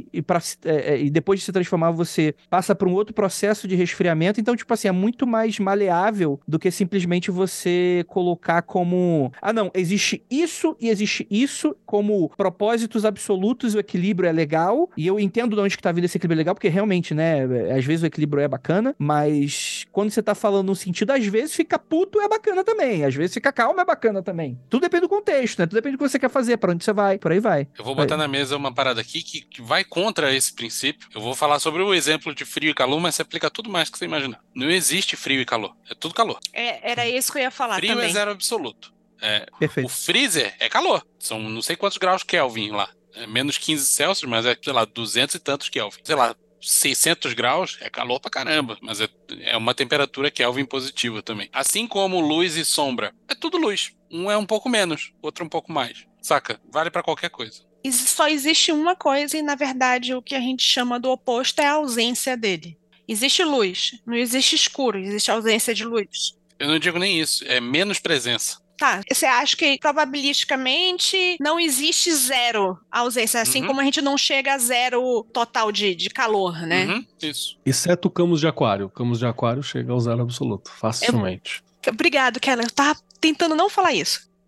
e depois de se transformar, você passa para um outro processo de resfriamento. Então, tipo assim, é muito mais maleável do que simplesmente você colocar como... não, existe isso e existe isso como propósitos absolutos, o equilíbrio é legal. E eu entendo de onde que tá vindo esse equilíbrio legal, porque realmente, né, às vezes o equilíbrio é bacana, mas quando você tá falando no sentido, às vezes fica puto é bacana também, às vezes fica calmo é bacana também. Tudo depende do contexto, né? Tudo depende do que você quer fazer, pra onde você vai, por aí vai. Eu vou botar na mesa uma parada aqui que vai contra esse princípio. Eu vou falar sobre o exemplo de frio e calor, mas se aplica tudo mais que você imaginar. Não existe frio e calor, é tudo calor. Era isso que eu ia falar frio também. É zero absoluto. Perfeito. O freezer é calor. São não sei quantos graus Kelvin lá. É menos 15 Celsius, mas é, sei lá, 200 e tantos Kelvin. Sei lá, 600 graus é calor pra caramba, mas é uma temperatura Kelvin positiva também. Assim como luz e sombra, é tudo luz. Um é um pouco menos, outro um pouco mais. Saca? Vale pra qualquer coisa. Só existe uma coisa e, na verdade, o que a gente chama do oposto é a ausência dele. Existe luz, não existe escuro, existe ausência de luz. Eu não digo nem isso, é menos presença. Tá, você acha que probabilisticamente não existe zero ausência, assim como a gente não chega a zero total de calor, né? Isso. Exceto Camus de Aquário. Camus de Aquário chega ao zero absoluto, facilmente. Obrigado, Keller. Eu tava tentando não falar isso.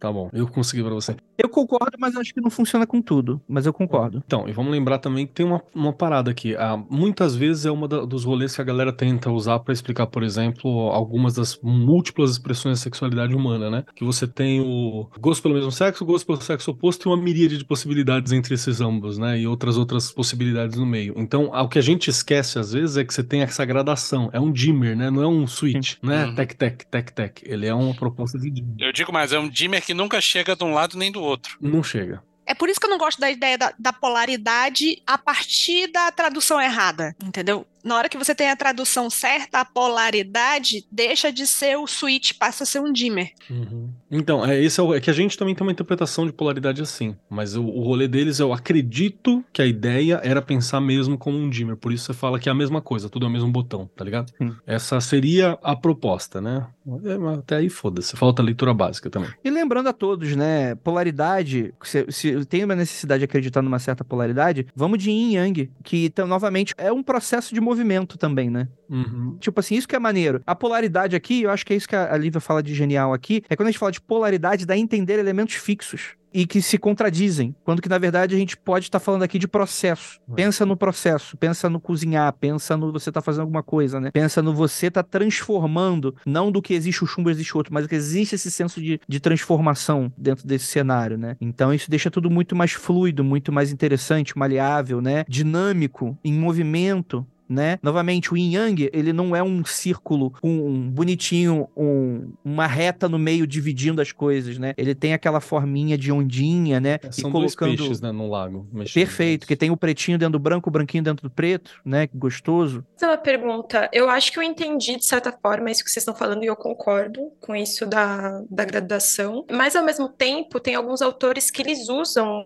Tá bom, eu consegui pra você. Eu concordo, mas acho que não funciona com tudo. Mas eu concordo. Então, e vamos lembrar também que tem uma parada aqui. Muitas vezes é dos rolês que a galera tenta usar pra explicar, por exemplo, algumas das múltiplas expressões da sexualidade humana, né? Que você tem o gosto pelo mesmo sexo, o gosto pelo sexo oposto e uma miríade de possibilidades entre esses ambos, né? E outras possibilidades no meio. Então, o que a gente esquece às vezes é que você tem essa gradação. É um dimmer, né? Não é um switch, não é tec-tec. Ele é uma proposta de dimmer. Eu digo mais, é um dimmer que nunca chega de um lado nem do outro. Não chega. É por isso que eu não gosto da ideia da polaridade a partir da tradução errada, entendeu? Na hora que você tem a tradução certa, a polaridade deixa de ser o switch, passa a ser um dimmer. Uhum. Então, é que a gente também tem uma interpretação de polaridade assim, mas o rolê deles, eu acredito que a ideia era pensar mesmo como um dimmer, por isso você fala que é a mesma coisa, tudo é o mesmo botão, tá ligado? Essa seria a proposta, né? Até aí foda-se, falta leitura básica também. E lembrando a todos, né, polaridade, se tem uma necessidade de acreditar numa certa polaridade, vamos de yin e yang, que então, novamente é um processo de movimento também, né? Uhum. Tipo assim, isso que é maneiro. A polaridade aqui, eu acho que é isso que a Lívia fala de genial aqui, é quando a gente fala de polaridade, dá a entender elementos fixos e que se contradizem, quando que na verdade a gente pode estar falando aqui de processo. Pensa no processo, pensa no cozinhar, pensa no você tá fazendo alguma coisa, né? Pensa no você tá transformando, não do que existe o chumbo, existe outro, mas que existe esse senso de transformação dentro desse cenário, né? Então isso deixa tudo muito mais fluido, muito mais interessante, maleável, né? Dinâmico, em movimento, né? Novamente, o Yin Yang, ele não é um círculo bonitinho, uma reta no meio dividindo as coisas, né? Ele tem aquela forminha de ondinha, né? São e dois colocando... peixes, né, no lago. Perfeito, que tem o pretinho dentro do branco, o branquinho dentro do preto, né? Que gostoso. Essa é uma pergunta. Eu acho que eu entendi, de certa forma, isso que vocês estão falando, e eu concordo com isso da graduação. Mas, ao mesmo tempo, tem alguns autores que eles usam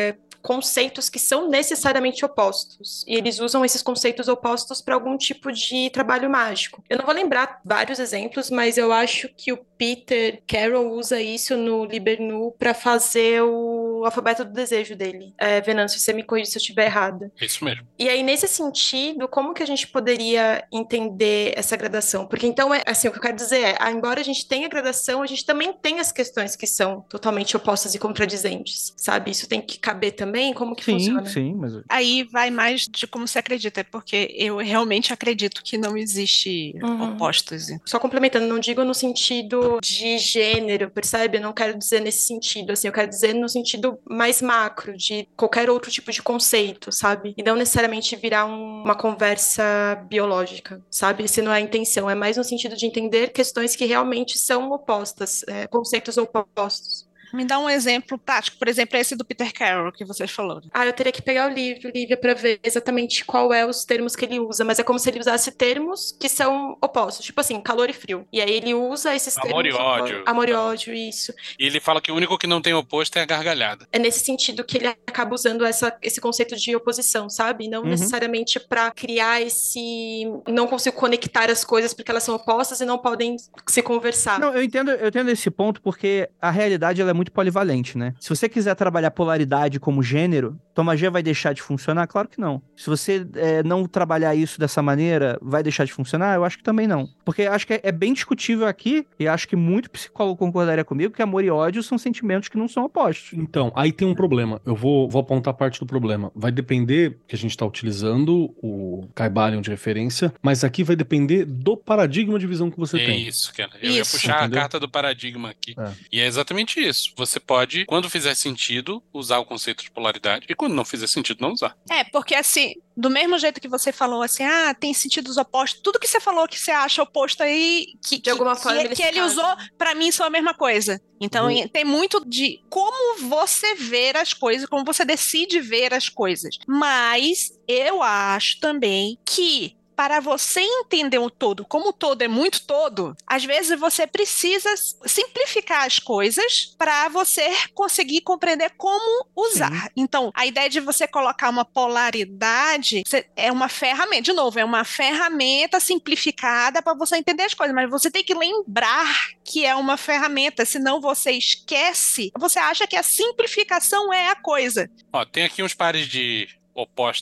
conceitos que são necessariamente opostos. E eles usam esses conceitos opostos para algum tipo de trabalho mágico. Eu não vou lembrar vários exemplos, mas eu acho que o Peter Carroll usa isso no Liber Nu para fazer o alfabeto do desejo dele. Venâncio, você me corrige se eu estiver errada. Isso mesmo. E aí, nesse sentido, como que a gente poderia entender essa gradação? Porque então, assim, o que eu quero dizer embora a gente tenha gradação, a gente também tem as questões que são totalmente opostas e contradizentes, sabe? Isso tem que caber também? Como que funciona? Sim, mas... Aí vai mais de como você acredita, porque eu realmente acredito que não existe opostos. Só complementando, não digo no sentido de gênero, percebe? Eu não quero dizer nesse sentido, assim, eu quero dizer no sentido mais macro, de qualquer outro tipo de conceito, sabe? E não necessariamente virar uma conversa biológica, sabe? Essa não é a intenção, é mais no sentido de entender questões que realmente são opostas, conceitos opostos. Me dá um exemplo prático, por exemplo, esse do Peter Carroll que você falou. Eu teria que pegar o livro, Lívia, para ver exatamente qual é os termos que ele usa, mas é como se ele usasse termos que são opostos, tipo assim, calor e frio. E aí ele usa esses Amor termos... e ódio. Amor e ódio, isso. E ele fala que o único que não tem oposto é a gargalhada. É nesse sentido que ele acaba usando esse conceito de oposição, sabe? Não necessariamente para criar esse... Não consigo conectar as coisas porque elas são opostas e não podem se conversar. Não, eu entendo esse ponto porque a realidade ela é muito polivalente, né? Se você quiser trabalhar polaridade como gênero, tua magia vai deixar de funcionar? Claro que não. Se você não trabalhar isso dessa maneira, vai deixar de funcionar? Eu acho que também não. Porque acho que é bem discutível aqui, e acho que muito psicólogo concordaria comigo, que amor e ódio são sentimentos que não são opostos. Então, aí tem um problema. Eu vou apontar parte do problema. Vai depender que a gente está utilizando o Kybalion de referência, mas aqui vai depender do paradigma de visão que você tem. Isso, Ken. Eu ia puxar a carta do paradigma aqui. E é exatamente isso. Você pode, quando fizer sentido, usar o conceito de polaridade, e quando não fizer sentido, não usar. Porque assim, do mesmo jeito que você falou assim, tem sentidos opostos, tudo que você falou que você acha oposto aí, de alguma forma que ele usou, pra mim são a mesma coisa. Então tem muito de como você ver as coisas, como você decide ver as coisas. Mas eu acho também que para você entender o todo, como o todo é muito todo, às vezes você precisa simplificar as coisas para você conseguir compreender como usar. Sim. Então, a ideia de você colocar uma polaridade é uma ferramenta, de novo, é uma ferramenta simplificada para você entender as coisas, mas você tem que lembrar que é uma ferramenta, senão você esquece, você acha que a simplificação é a coisa. Tem aqui uns pares de opostos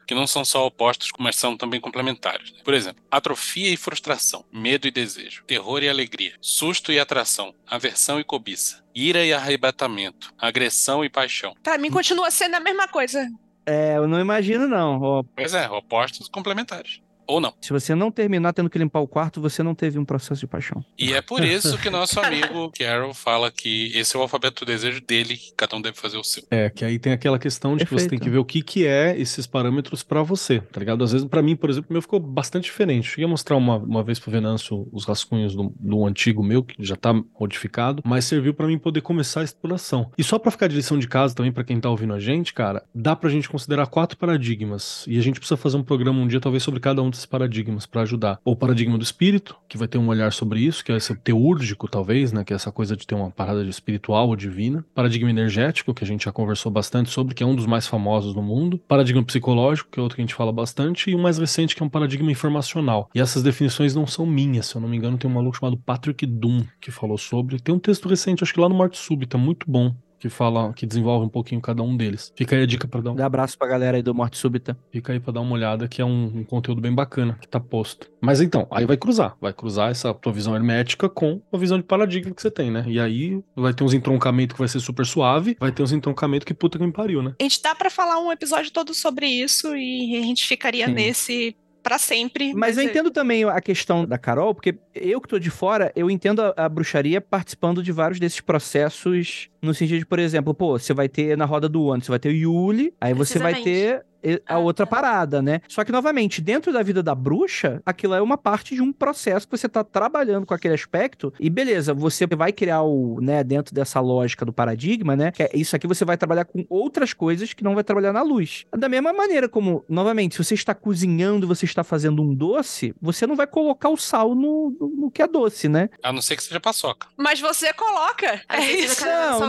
que não são só opostos, mas são também complementares. Né? Por exemplo, atrofia e frustração, medo e desejo, terror e alegria, susto e atração, aversão e cobiça, ira e arrebatamento, agressão e paixão. Pra mim continua sendo a mesma coisa. Eu não imagino, não. Pois é, opostos complementares. Ou não. Se você não terminar tendo que limpar o quarto, você não teve um processo de paixão. E é por isso que nosso amigo Carol fala que esse é o alfabeto do desejo dele, que cada um deve fazer o seu. Que aí tem aquela questão de que você tem que ver o que é esses parâmetros pra você, tá ligado? Às vezes, pra mim, por exemplo, o meu ficou bastante diferente. Cheguei a mostrar uma vez pro Venâncio os rascunhos do antigo meu, que já tá modificado, mas serviu pra mim poder começar a exploração. E só pra ficar de lição de casa também, pra quem tá ouvindo a gente, cara, dá pra gente considerar 4 paradigmas. E a gente precisa fazer um programa um dia, talvez, sobre cada um desses paradigmas pra ajudar. O paradigma do espírito, que vai ter um olhar sobre isso, que é esse teúrgico, talvez, né? Que é essa coisa de ter uma parada de espiritual ou divina. Paradigma energético, que a gente já conversou bastante sobre, que é um dos mais famosos no mundo. Paradigma psicológico, que é outro que a gente fala bastante. E o mais recente, que é um paradigma informacional. E essas definições não são minhas, se eu não me engano, tem um maluco chamado Patrick Doom que falou sobre. Tem um texto recente, acho que lá no Morte Súbita, muito bom, que desenvolve um pouquinho cada um deles. Fica aí a dica pra dar um... Dá abraço pra galera aí do Morte Súbita. Fica aí pra dar uma olhada, que é um conteúdo bem bacana, que tá posto. Mas então, aí vai cruzar essa tua visão hermética com a visão de paradigma que você tem, né? E aí vai ter uns entroncamentos que vai ser super suave, vai ter uns entroncamentos que puta que me pariu, né? A gente dá pra falar um episódio todo sobre isso e a gente ficaria nesse... pra sempre. Mas eu entendo também a questão da Carol, porque eu que tô de fora, eu entendo a bruxaria participando de vários desses processos, no sentido de, por exemplo, você vai ter na roda do ano, você vai ter o Yuli, aí você vai ter a outra parada, né? Só que, novamente, dentro da vida da bruxa, aquilo é uma parte de um processo que você tá trabalhando com aquele aspecto, e beleza, você vai criar dentro dessa lógica do paradigma, né? Que é isso aqui você vai trabalhar com outras coisas que não vai trabalhar na luz. Da mesma maneira como, novamente, se você está cozinhando, você está fazendo um doce, você não vai colocar o sal no que é doce, né? A não ser que seja paçoca. Mas você coloca. É isso.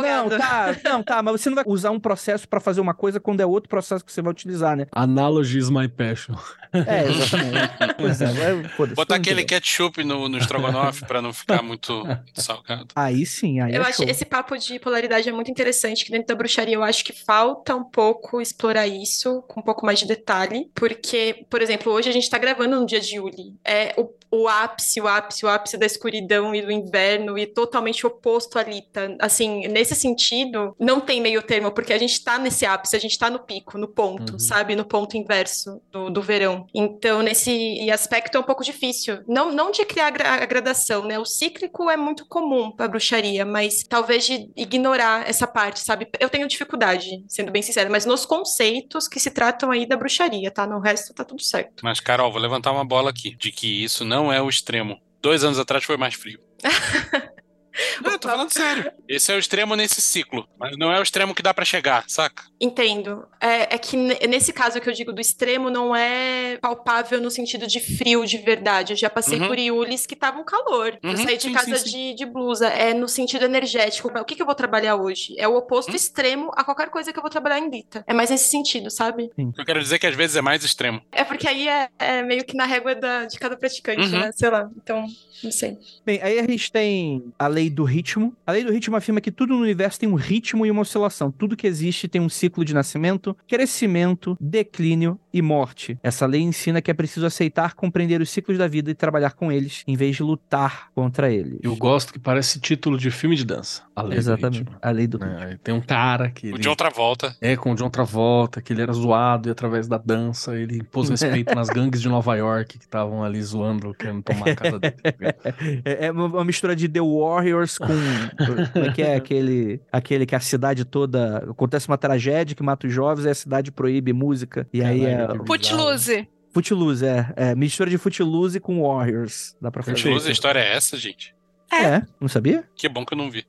Tá, mas você não vai usar um processo pra fazer uma coisa quando é outro processo que você vai utilizar, né? Analogy is my passion. Exatamente. Pois é, botar aquele ketchup no estrogonofe pra não ficar muito salgado. Aí sim, aí eu acho esse papo de polaridade é muito interessante, que dentro da bruxaria eu acho que falta um pouco explorar isso com um pouco mais de detalhe, porque, por exemplo, hoje a gente tá gravando no dia de Yuli. É o ápice da escuridão e do inverno e totalmente oposto ali, tá? Assim, nesse sentido, não tem meio termo, porque a gente tá nesse ápice, a gente tá no pico, no ponto, sabe? No ponto inverso do verão. Então, nesse aspecto é um pouco difícil. Não de criar a gradação, né? O cíclico é muito comum pra bruxaria, mas talvez de ignorar essa parte, sabe? Eu tenho dificuldade, sendo bem sincera, mas nos conceitos que se tratam aí da bruxaria, tá? No resto tá tudo certo. Mas, Carol, vou levantar uma bola aqui, de que isso não é o extremo. 2 anos atrás foi mais frio. Não, eu tô falando sério. Esse é o extremo nesse ciclo, mas não é o extremo que dá pra chegar, saca? Entendo. É que nesse caso que eu digo do extremo não é palpável no sentido de frio de verdade. Eu já passei por Yulis que estavam calor. Eu saí de casa de blusa. É no sentido energético. O que eu vou trabalhar hoje? É o oposto extremo a qualquer coisa que eu vou trabalhar em Dita. É mais nesse sentido, sabe? Eu quero dizer que às vezes é mais extremo. É porque aí é meio que na régua de cada praticante, né? Sei lá. Então, não sei. Bem, aí a gente tem a lei do ritmo. A lei do ritmo afirma que tudo no universo tem um ritmo e uma oscilação. Tudo que existe tem um ciclo de nascimento, crescimento, declínio e morte. Essa lei ensina que é preciso aceitar, compreender os ciclos da vida e trabalhar com eles, em vez de lutar contra eles. Eu gosto que parece título de filme de dança. A lei Exatamente. do ritmo. A lei do ritmo. Tem um cara que... O John Travolta. Com o John Travolta, que ele era zoado e através da dança ele impôs respeito nas gangues de Nova York que estavam ali zoando, querendo tomar a casa dele. É uma mistura de The Warriors com... Como é que é aquele que a cidade toda... Acontece uma tragédia que mata os jovens e a cidade proíbe música. E aí é... Footloose. Footloose, mistura de Footloose com Warriors. Dá pra fazer. Footloose, a história é essa, gente? Não sabia? Que bom que eu não vi.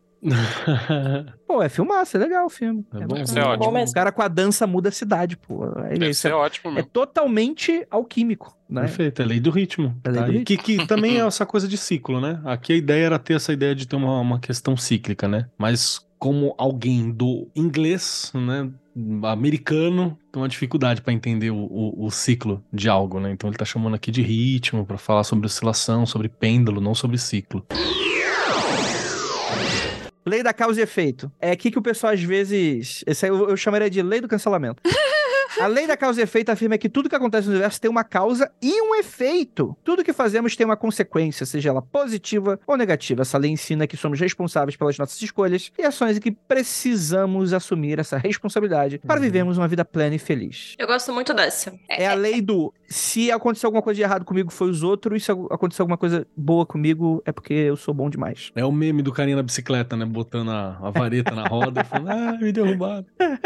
Pô, é filmaço, é legal o filme. Deve ser ótimo. O cara com a dança muda a cidade, pô. Deve ser ótimo mesmo. É totalmente alquímico, né? Perfeito, é lei do ritmo. Que também é essa coisa de ciclo, né? Aqui a ideia era ter essa ideia de ter uma questão cíclica, né? Mas como alguém do inglês, né, americano, tem uma dificuldade pra entender o ciclo de algo, né? Então ele tá chamando aqui de ritmo pra falar sobre oscilação, sobre pêndulo, não sobre ciclo. Lei da causa e efeito. É aqui que o pessoal às vezes... Esse aí eu chamaria de lei do cancelamento. A lei da causa e efeito afirma que tudo que acontece no universo tem uma causa e um efeito. Tudo que fazemos tem uma consequência, seja ela positiva ou negativa. Essa lei ensina que somos responsáveis pelas nossas escolhas e ações e que precisamos assumir essa responsabilidade para vivermos uma vida plena e feliz. Eu gosto muito dessa. É a lei do se aconteceu alguma coisa de errado comigo foi os outros, e se aconteceu alguma coisa boa comigo é porque eu sou bom demais. É o meme do carinha na bicicleta, né? Botando a vareta na roda e falando, me derrubaram.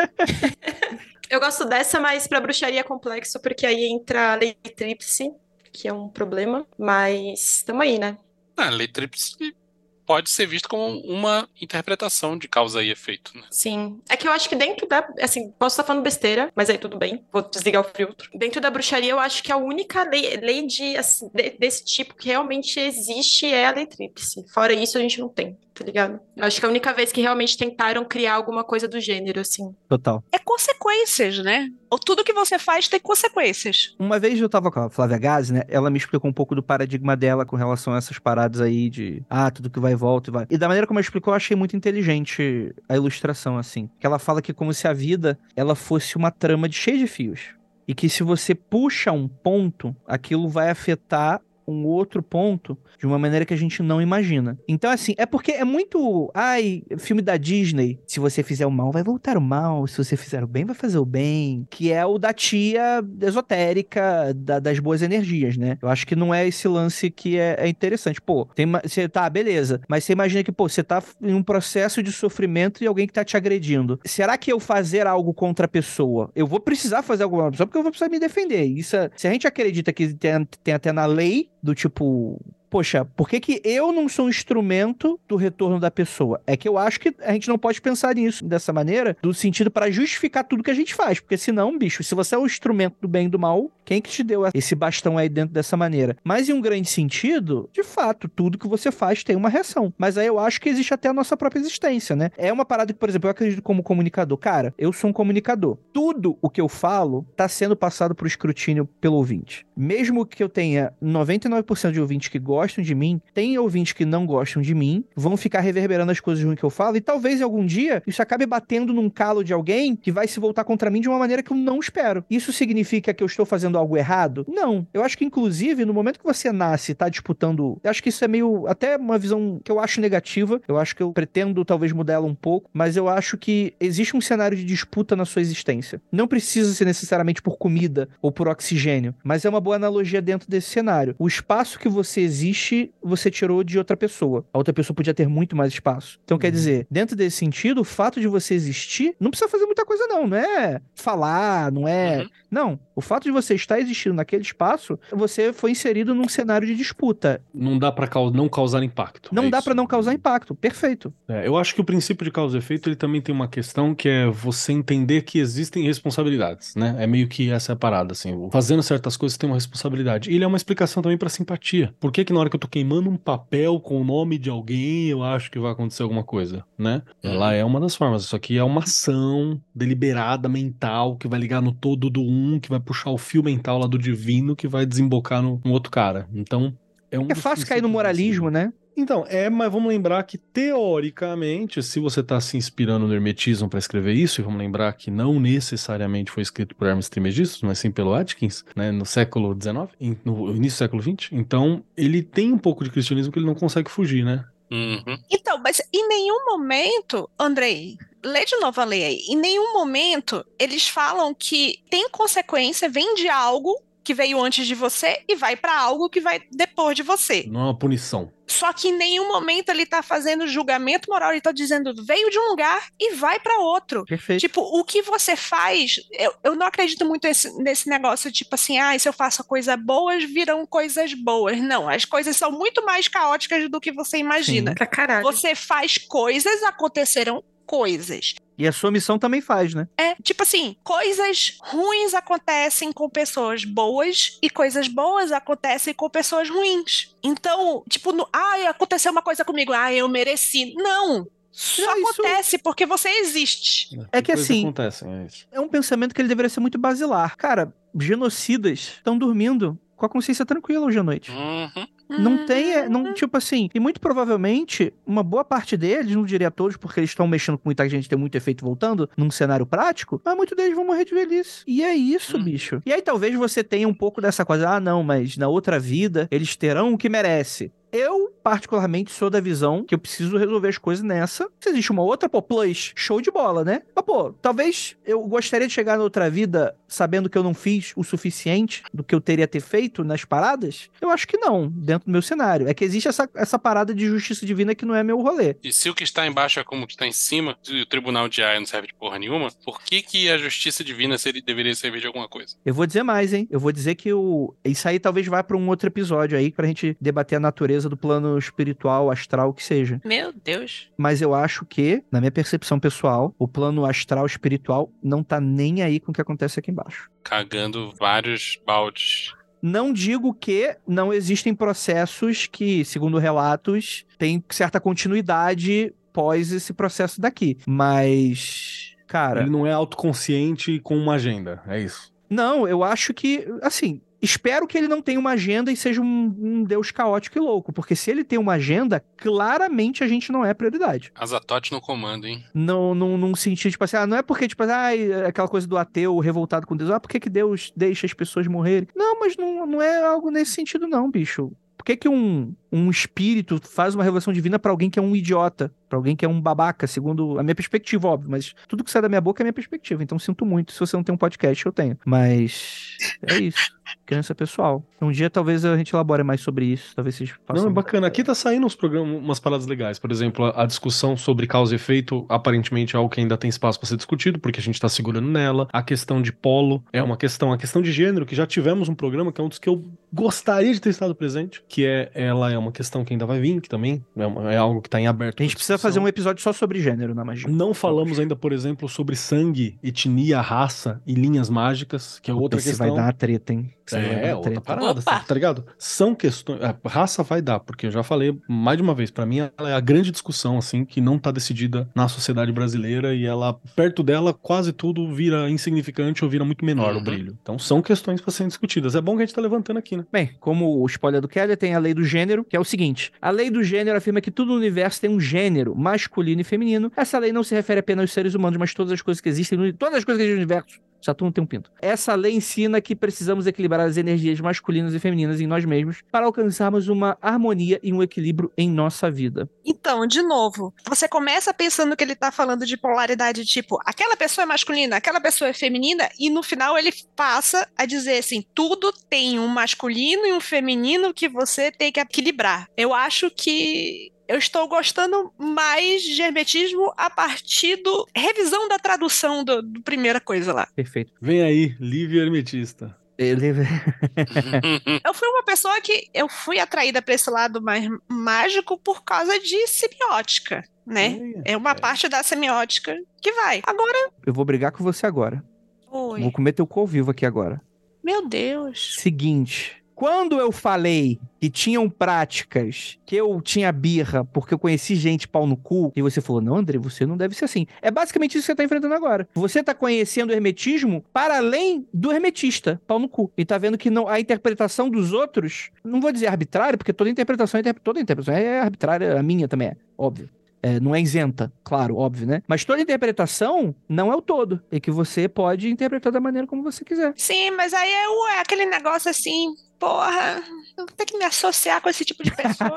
Eu gosto dessa, mas pra bruxaria é complexo, porque aí entra a lei tríplice, que é um problema, mas tamo aí, né? A lei tríplice pode ser vista como uma interpretação de causa e efeito, né? Sim. É que eu acho que dentro da... Assim, posso estar falando besteira, mas aí tudo bem. Vou desligar o filtro. Dentro da bruxaria, eu acho que a única lei desse tipo que realmente existe é a lei tríplice. Fora isso, a gente não tem, tá ligado? Eu acho que a única vez que realmente tentaram criar alguma coisa do gênero, assim. Total. É consequências, né? Tudo que você faz tem consequências. Uma vez eu tava com a Flávia Gazi, né? Ela me explicou um pouco do paradigma dela com relação a essas paradas aí de tudo que vai e volta e vai. E da maneira como ela explicou, eu achei muito inteligente a ilustração, assim. Que ela fala que como se a vida, ela fosse uma trama cheia de fios. E que se você puxa um ponto, aquilo vai afetar um outro ponto de uma maneira que a gente não imagina. Então, assim, é porque é muito... filme da Disney. Se você fizer o mal, vai voltar o mal. Se você fizer o bem, vai fazer o bem. Que é o da tia esotérica das boas energias, né? Eu acho que não é esse lance que é interessante. Pô, você tá, beleza. Mas você imagina que, pô, você tá em um processo de sofrimento e alguém que tá te agredindo. Será que eu fazer algo contra a pessoa, eu vou precisar fazer algo contra a pessoa porque eu vou precisar me defender? Isso, se a gente acredita que tem até na lei do tipo... Poxa, por que eu não sou um instrumento do retorno da pessoa? É que eu acho que a gente não pode pensar nisso dessa maneira, do sentido para justificar tudo que a gente faz. Porque senão, bicho, se você é o instrumento do bem e do mal, quem que te deu esse bastão aí dentro dessa maneira? Mas em um grande sentido, de fato, tudo que você faz tem uma reação. Mas aí eu acho que existe até a nossa própria existência, né? É uma parada que, por exemplo, eu acredito como comunicador. Cara, eu sou um comunicador. Tudo o que eu falo tá sendo passado pro escrutínio pelo ouvinte. Mesmo que eu tenha 99% de ouvintes que gostam de mim, tem ouvintes que não gostam de mim, vão ficar reverberando as coisas ruins que eu falo, e talvez em algum dia isso acabe batendo num calo de alguém que vai se voltar contra mim de uma maneira que eu não espero. Isso significa que eu estou fazendo algo errado? Não. Eu acho que, inclusive, no momento que você nasce e tá disputando... Eu acho que isso é meio... até uma visão que eu acho negativa. Eu acho que eu pretendo, talvez, mudar ela um pouco, mas eu acho que existe um cenário de disputa na sua existência. Não precisa ser necessariamente por comida ou por oxigênio, mas é uma boa analogia dentro desse cenário. O espaço que você existe, você tirou de outra pessoa. A outra pessoa podia ter muito mais espaço. Então, quer dizer, dentro desse sentido, o fato de você existir, não precisa fazer muita coisa não é falar, não é... Não, o fato de você estar existindo naquele espaço, você foi inserido num cenário de disputa. Não dá pra não causar impacto. Não dá pra não causar impacto, perfeito. Eu acho que o princípio de causa e efeito, ele também tem uma questão que é você entender que existem responsabilidades, né? É meio que essa é a parada, assim. Fazendo certas coisas tem uma responsabilidade. E ele é uma explicação também pra simpatia. Por que na hora que eu tô queimando um papel com o nome de alguém, eu acho que vai acontecer alguma coisa, né? Ela é uma das formas. Isso aqui é uma ação deliberada, mental, que vai ligar no todo do que vai puxar o fio mental lá do divino, que vai desembocar no outro cara. Então, é fácil cair no moralismo, né? Então, mas vamos lembrar que, teoricamente, se você está se inspirando no hermetismo para escrever isso, e vamos lembrar que não necessariamente foi escrito por Hermes Trismegisto, mas sim pelo Atkins, né, no século XIX, no início do século XX, então ele tem um pouco de cristianismo que ele não consegue fugir, né? Então, mas em nenhum momento, Andrei, lê de novo a lei aí, em nenhum momento eles falam que tem consequência, vem de algo que veio antes de você e vai para algo que vai depois de você. Não é uma punição. Só que em nenhum momento ele tá fazendo julgamento moral, ele tá dizendo, veio de um lugar e vai para outro. Perfeito. Tipo, o que você faz, eu não acredito muito nesse negócio, tipo assim, se eu faço coisas boas, viram coisas boas. Não, as coisas são muito mais caóticas do que você imagina. Sim, pra caralho. Você faz coisas, aconteceram coisas. E a sua missão também faz, né? Tipo assim, coisas ruins acontecem com pessoas boas e coisas boas acontecem com pessoas ruins. Então, tipo, aconteceu uma coisa comigo, eu mereci. Não! Só acontece porque você existe. É que assim, acontece, é um pensamento que ele deveria ser muito basilar. Cara, genocidas estão dormindo com a consciência tranquila hoje à noite. Não tem, tipo assim, e muito provavelmente, uma boa parte deles, não diria todos, porque eles estão mexendo com muita gente, tem muito efeito voltando, num cenário prático, mas muitos deles vão morrer de velhice. E é isso, bicho. E aí talvez você tenha um pouco dessa coisa, não, mas na outra vida, eles terão o que merece. Eu, particularmente, sou da visão que eu preciso resolver as coisas nessa. Se existe uma outra, plus, show de bola, né? Mas, talvez eu gostaria de chegar na outra vida sabendo que eu não fiz o suficiente do que eu teria ter feito nas paradas. Eu acho que não, dentro do meu cenário. É que existe essa parada de justiça divina que não é meu rolê. E se o que está embaixo é como o que está em cima, e o tribunal de Aya não serve de porra nenhuma, por que a justiça divina deveria servir de alguma coisa? Eu vou dizer mais, hein? Eu vou dizer que isso aí talvez vá para um outro episódio aí, pra gente debater a natureza do plano espiritual, astral, o que seja. Meu Deus. Mas eu acho que, na minha percepção pessoal, o plano astral espiritual não tá nem aí com o que acontece aqui embaixo. Cagando vários baldes. Não digo que não existem processos que, segundo relatos, tem certa continuidade pós esse processo daqui. Mas, cara... Ele não é autoconsciente com uma agenda, é isso? Não, eu acho que, assim... Espero que ele não tenha uma agenda e seja um deus caótico e louco, porque se ele tem uma agenda, claramente a gente não é prioridade. Azatoth no comando, hein? Num sentido, tipo assim, não é porque, tipo assim, aquela coisa do ateu revoltado com Deus, por que Deus deixa as pessoas morrerem? Não, mas não é algo nesse sentido não, bicho. Por que um espírito faz uma revelação divina pra alguém que é um idiota? Pra alguém que é um babaca, segundo a minha perspectiva, óbvio. Mas tudo que sai da minha boca é a minha perspectiva. Então sinto muito. Se você não tem um podcast, eu tenho. Mas é isso. Crença pessoal. Um dia talvez a gente elabore mais sobre isso. Talvez vocês façam... Não, é bacana. Aqui tá saindo umas paradas legais. Por exemplo, a discussão sobre causa e efeito aparentemente é algo que ainda tem espaço pra ser discutido, porque a gente tá segurando nela. A questão de polo é uma questão. A questão de gênero, que já tivemos um programa, que é um dos que eu gostaria de ter estado presente, que ela é uma questão que ainda vai vir, que também é algo que tá em aberto. A gente precisa fazer um episódio só sobre gênero na magia. Não falamos ainda, por exemplo, sobre sangue, etnia, raça e linhas mágicas, que é outra questão. Vai dar uma treta, hein? Outra parada, tá ligado? São questões... raça vai dar, porque eu já falei mais de uma vez, pra mim ela é a grande discussão, assim, que não tá decidida na sociedade brasileira e ela, perto dela, quase tudo vira insignificante ou vira muito menor o brilho. Então são questões pra serem discutidas. É bom que a gente tá levantando aqui, né? Bem, como o spoiler do Kelly, tem a lei do gênero, que é o seguinte: a lei do gênero afirma que tudo no universo tem um gênero masculino e feminino. Essa lei não se refere apenas aos seres humanos, mas todas as coisas que existem, todas as coisas que existem no universo. Saturno tem um pinto. Essa lei ensina que precisamos equilibrar as energias masculinas e femininas em nós mesmos para alcançarmos uma harmonia e um equilíbrio em nossa vida. Então, de novo, você começa pensando que ele tá falando de polaridade, tipo, aquela pessoa é masculina, aquela pessoa é feminina, e no final ele passa a dizer assim, tudo tem um masculino e um feminino que você tem que equilibrar. Eu acho que eu estou gostando mais de hermetismo a partir do revisão da tradução do primeira coisa lá. Perfeito. Vem aí, Lívia Hermetista. Eu fui uma pessoa que eu fui atraída para esse lado mais mágico por causa de semiótica, né? É uma parte da semiótica que vai. Agora... Eu vou brigar com você agora. Oi. Vou comer teu cu ao vivo aqui agora. Meu Deus. Seguinte... Quando eu falei que tinham práticas que eu tinha birra porque eu conheci gente pau no cu, e você falou, não, André, você não deve ser assim. É basicamente isso que você tá enfrentando agora. Você tá conhecendo o hermetismo para além do hermetista, pau no cu. E tá vendo que não, a interpretação dos outros, não vou dizer arbitrária, porque toda interpretação é arbitrária, a minha também é, óbvio. Não é isenta, claro, óbvio, né? Mas toda interpretação não é o todo. E que você pode interpretar da maneira como você quiser. Sim, mas aí é aquele negócio assim, porra, eu vou ter que me associar com esse tipo de pessoas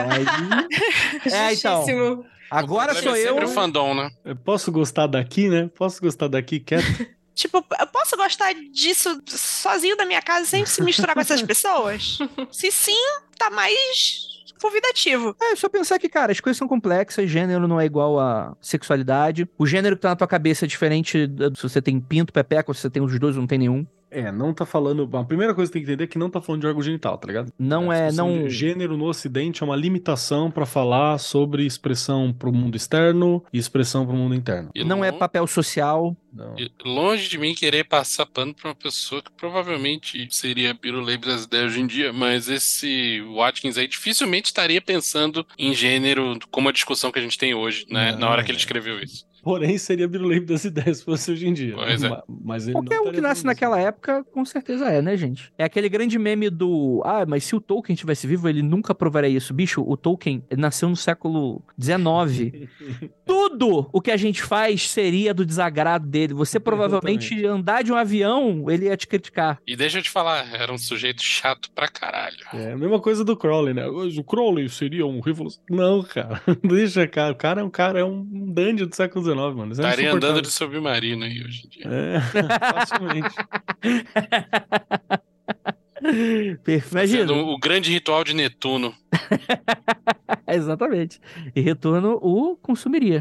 então. Agora sou eu. Sempre o fandom, né? Eu posso gostar daqui, né? Posso gostar daqui, quieto. Tipo, eu posso gostar disso sozinho da minha casa sem se misturar com essas pessoas? Se sim, tá mais... convidativo. É só pensar que, cara, as coisas são complexas, gênero não é igual a sexualidade. O gênero que tá na tua cabeça é diferente se você tem pinto, pepeca, ou se você tem os dois ou não tem nenhum. Não tá falando... A primeira coisa que tem que entender é que não tá falando de órgão genital, tá ligado? Não não... Gênero no ocidente é uma limitação pra falar sobre expressão pro mundo externo e expressão pro mundo interno. Não é papel social. Não. Longe de mim querer passar pano pra uma pessoa que provavelmente seria pirulei das ideias hoje em dia, mas esse Watkins aí dificilmente estaria pensando em gênero como a discussão que a gente tem hoje, né? Na hora que ele escreveu isso. Porém, seria Biruleibe das ideias se fosse hoje em dia. Pois é. Mas ele Qualquer um que nasce naquela época, com certeza é, né, gente? É aquele grande meme do... mas se o Tolkien estivesse vivo, ele nunca provaria isso. Bicho, o Tolkien nasceu no século XIX. Tudo o que a gente faz seria do desagrado dele. Você provavelmente andar de um avião, ele ia te criticar. E deixa eu te falar, era um sujeito chato pra caralho. É a mesma coisa do Crowley, né? O Crowley seria um revolucionário. Não, cara. Deixa, cara. O cara é um dandy do século XIX, mano. Estaria andando de submarino aí hoje em dia. Facilmente. Imagina. O grande ritual de Netuno. Exatamente. E Retorno o consumiria.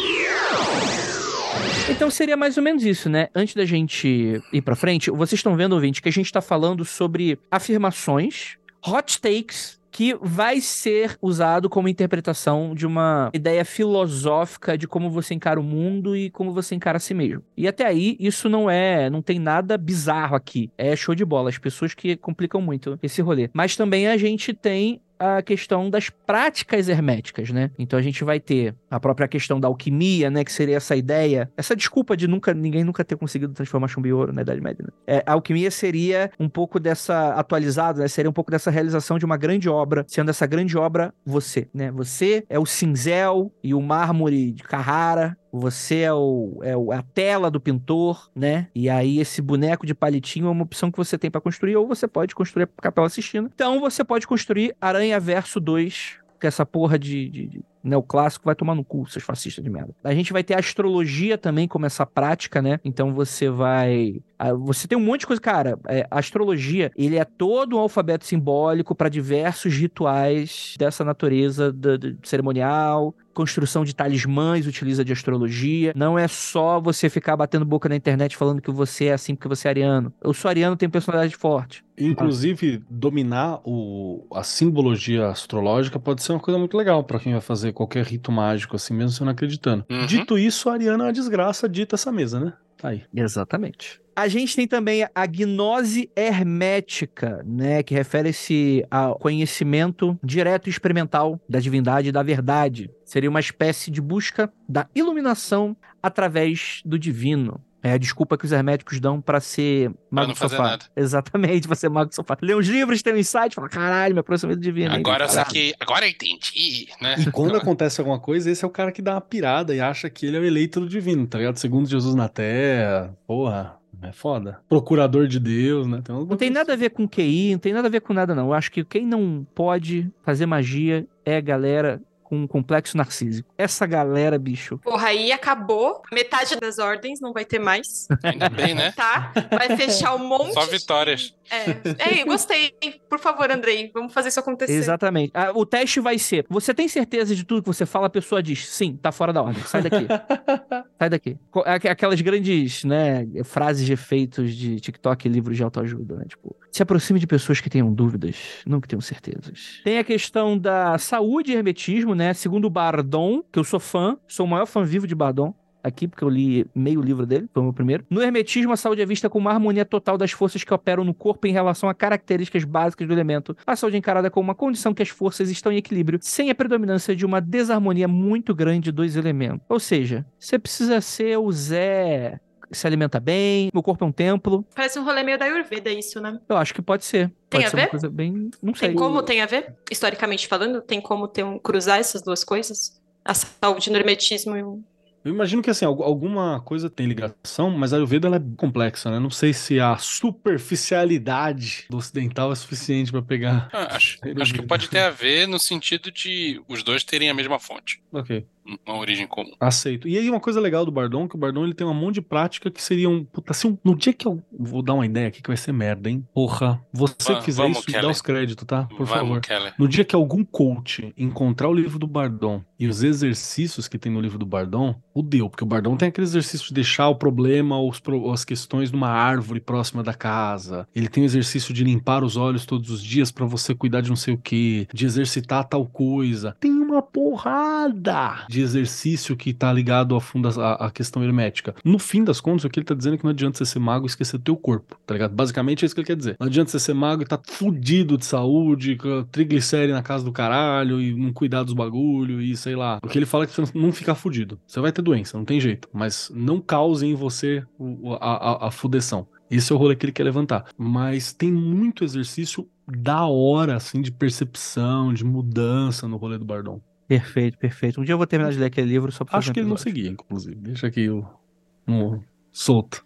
Então seria mais ou menos isso, né? Antes da gente ir pra frente, vocês estão vendo, ouvinte, que a gente tá falando sobre afirmações, hot takes, que vai ser usado como interpretação de uma ideia filosófica de como você encara o mundo e como você encara a si mesmo. E até aí, isso não tem nada bizarro aqui. É show de bola, as pessoas que complicam muito esse rolê. Mas também a gente tem a questão das práticas herméticas, né? Então a gente vai ter a própria questão da alquimia, né? Que seria essa ideia, essa desculpa de ninguém nunca ter conseguido transformar chumbo em ouro na Idade Média, né? A alquimia seria um pouco dessa, atualizado, né? Seria um pouco dessa realização de uma grande obra, sendo essa grande obra você, né? Você é o cinzel e o mármore de Carrara. Você é a tela do pintor, né? E aí esse boneco de palitinho é uma opção que você tem pra construir, ou você pode construir a Capela Sistina. Então você pode construir Aranha Verso 2, que essa porra de neoclássico vai tomar no cu, seus fascistas de merda. A gente vai ter a astrologia também como essa prática, né? Então você tem um monte de coisa, cara. A astrologia, ele é todo um alfabeto simbólico para diversos rituais dessa natureza cerimonial. Construção de talismãs utiliza de astrologia. Não é só você ficar batendo boca na internet falando que você é assim porque você é ariano. Eu sou ariano, tenho personalidade forte. Inclusive, dominar a simbologia astrológica pode ser uma coisa muito legal pra quem vai fazer qualquer rito mágico, assim, mesmo você não acreditando. Uhum. Dito isso, a Ariana é uma desgraça, dita essa mesa, né? Tá aí. Exatamente. A gente tem também a gnose hermética, né, que refere-se ao conhecimento direto e experimental da divindade e da verdade. Seria uma espécie de busca da iluminação através do divino. É a desculpa que os herméticos dão pra ser mago do sofá. Nada. Exatamente, pra ser mago do sofá. Lê uns livros, tem um insight, fala, caralho, me aproximei do divino. Agora eu saquei, agora eu entendi, né? E quando acontece alguma coisa, esse é o cara que dá uma pirada e acha que ele é o eleito do divino, tá ligado? Segundo Jesus na Terra, porra... É foda. Procurador de Deus, né? Não tem nada a ver com QI, não tem nada a ver com nada, não. Eu acho que quem não pode fazer magia é a galera com um complexo narcísico. Essa galera, bicho... Porra, aí acabou. Metade das ordens não vai ter mais. Ainda bem, né? Tá? Vai fechar um monte. Só vitórias. Eu gostei. Por favor, Andrei, vamos fazer isso acontecer. Exatamente. O teste vai ser, você tem certeza de tudo que você fala? A pessoa diz, sim, tá fora da ordem, sai daqui. Sai daqui. Aquelas grandes, né, frases de efeitos de TikTok e livros de autoajuda, né? Tipo, se aproxime de pessoas que tenham dúvidas, não que tenham certezas. Tem a questão da saúde e hermetismo, né? Segundo o Bardon, que eu sou o maior fã vivo de Bardon. Aqui, porque eu li meio livro dele, foi o meu primeiro. No hermetismo, a saúde é vista como uma harmonia total das forças que operam no corpo em relação a características básicas do elemento. A saúde é encarada como uma condição que as forças estão em equilíbrio, sem a predominância de uma desarmonia muito grande dos elementos. Ou seja, você precisa ser o Zé... se alimenta bem, meu corpo é um templo. Parece um rolê meio da Ayurveda isso, né? Eu acho que pode ser. Tem Pode a ser ver? uma coisa bem... Não sei. Tem como tem a ver? Historicamente falando, tem como cruzar essas duas coisas? A saúde no hermetismo e o... Eu imagino que, assim, alguma coisa tem ligação, mas a Ayurveda ela é complexa, né? Não sei se a superficialidade do ocidental é suficiente pra pegar... Acho que pode ter a ver no sentido de os dois terem a mesma fonte. Ok. Uma origem comum. Aceito. E aí uma coisa legal do Bardon, que o Bardon ele tem um monte de prática que seriam... Puta, assim, no dia que eu vou dar uma ideia aqui que vai ser merda, hein? Porra, você que fizer isso, Keller. dá os créditos, tá? Por favor. Keller. No dia que algum coach encontrar o livro do Bardon e os exercícios que tem no livro do Bardon, fudeu, porque o Bardon tem aquele exercício de deixar o problema ou as questões numa árvore próxima da casa. Ele tem o exercício de limpar os olhos todos os dias pra você cuidar de não sei o quê, de exercitar tal coisa. Tem uma porrada de exercício que tá ligado à questão hermética. No fim das contas, o que ele tá dizendo é que não adianta você ser mago e esquecer teu corpo, tá ligado? Basicamente é isso que ele quer dizer. Não adianta você ser mago e tá fudido de saúde, com triglicéride na casa do caralho e não cuidar dos bagulho e sei lá. O que ele fala é que você não ficar fudido. Você vai ter doença, não tem jeito. Mas não cause em você a fudeção. Esse é o rolê que ele quer levantar. Mas tem muito exercício da hora, assim, de percepção, de mudança no rolê do Bardon. Perfeito, perfeito. Um dia eu vou terminar de ler aquele livro só pra fazer Acho que ele não seguia, inclusive. Deixa aqui o solto.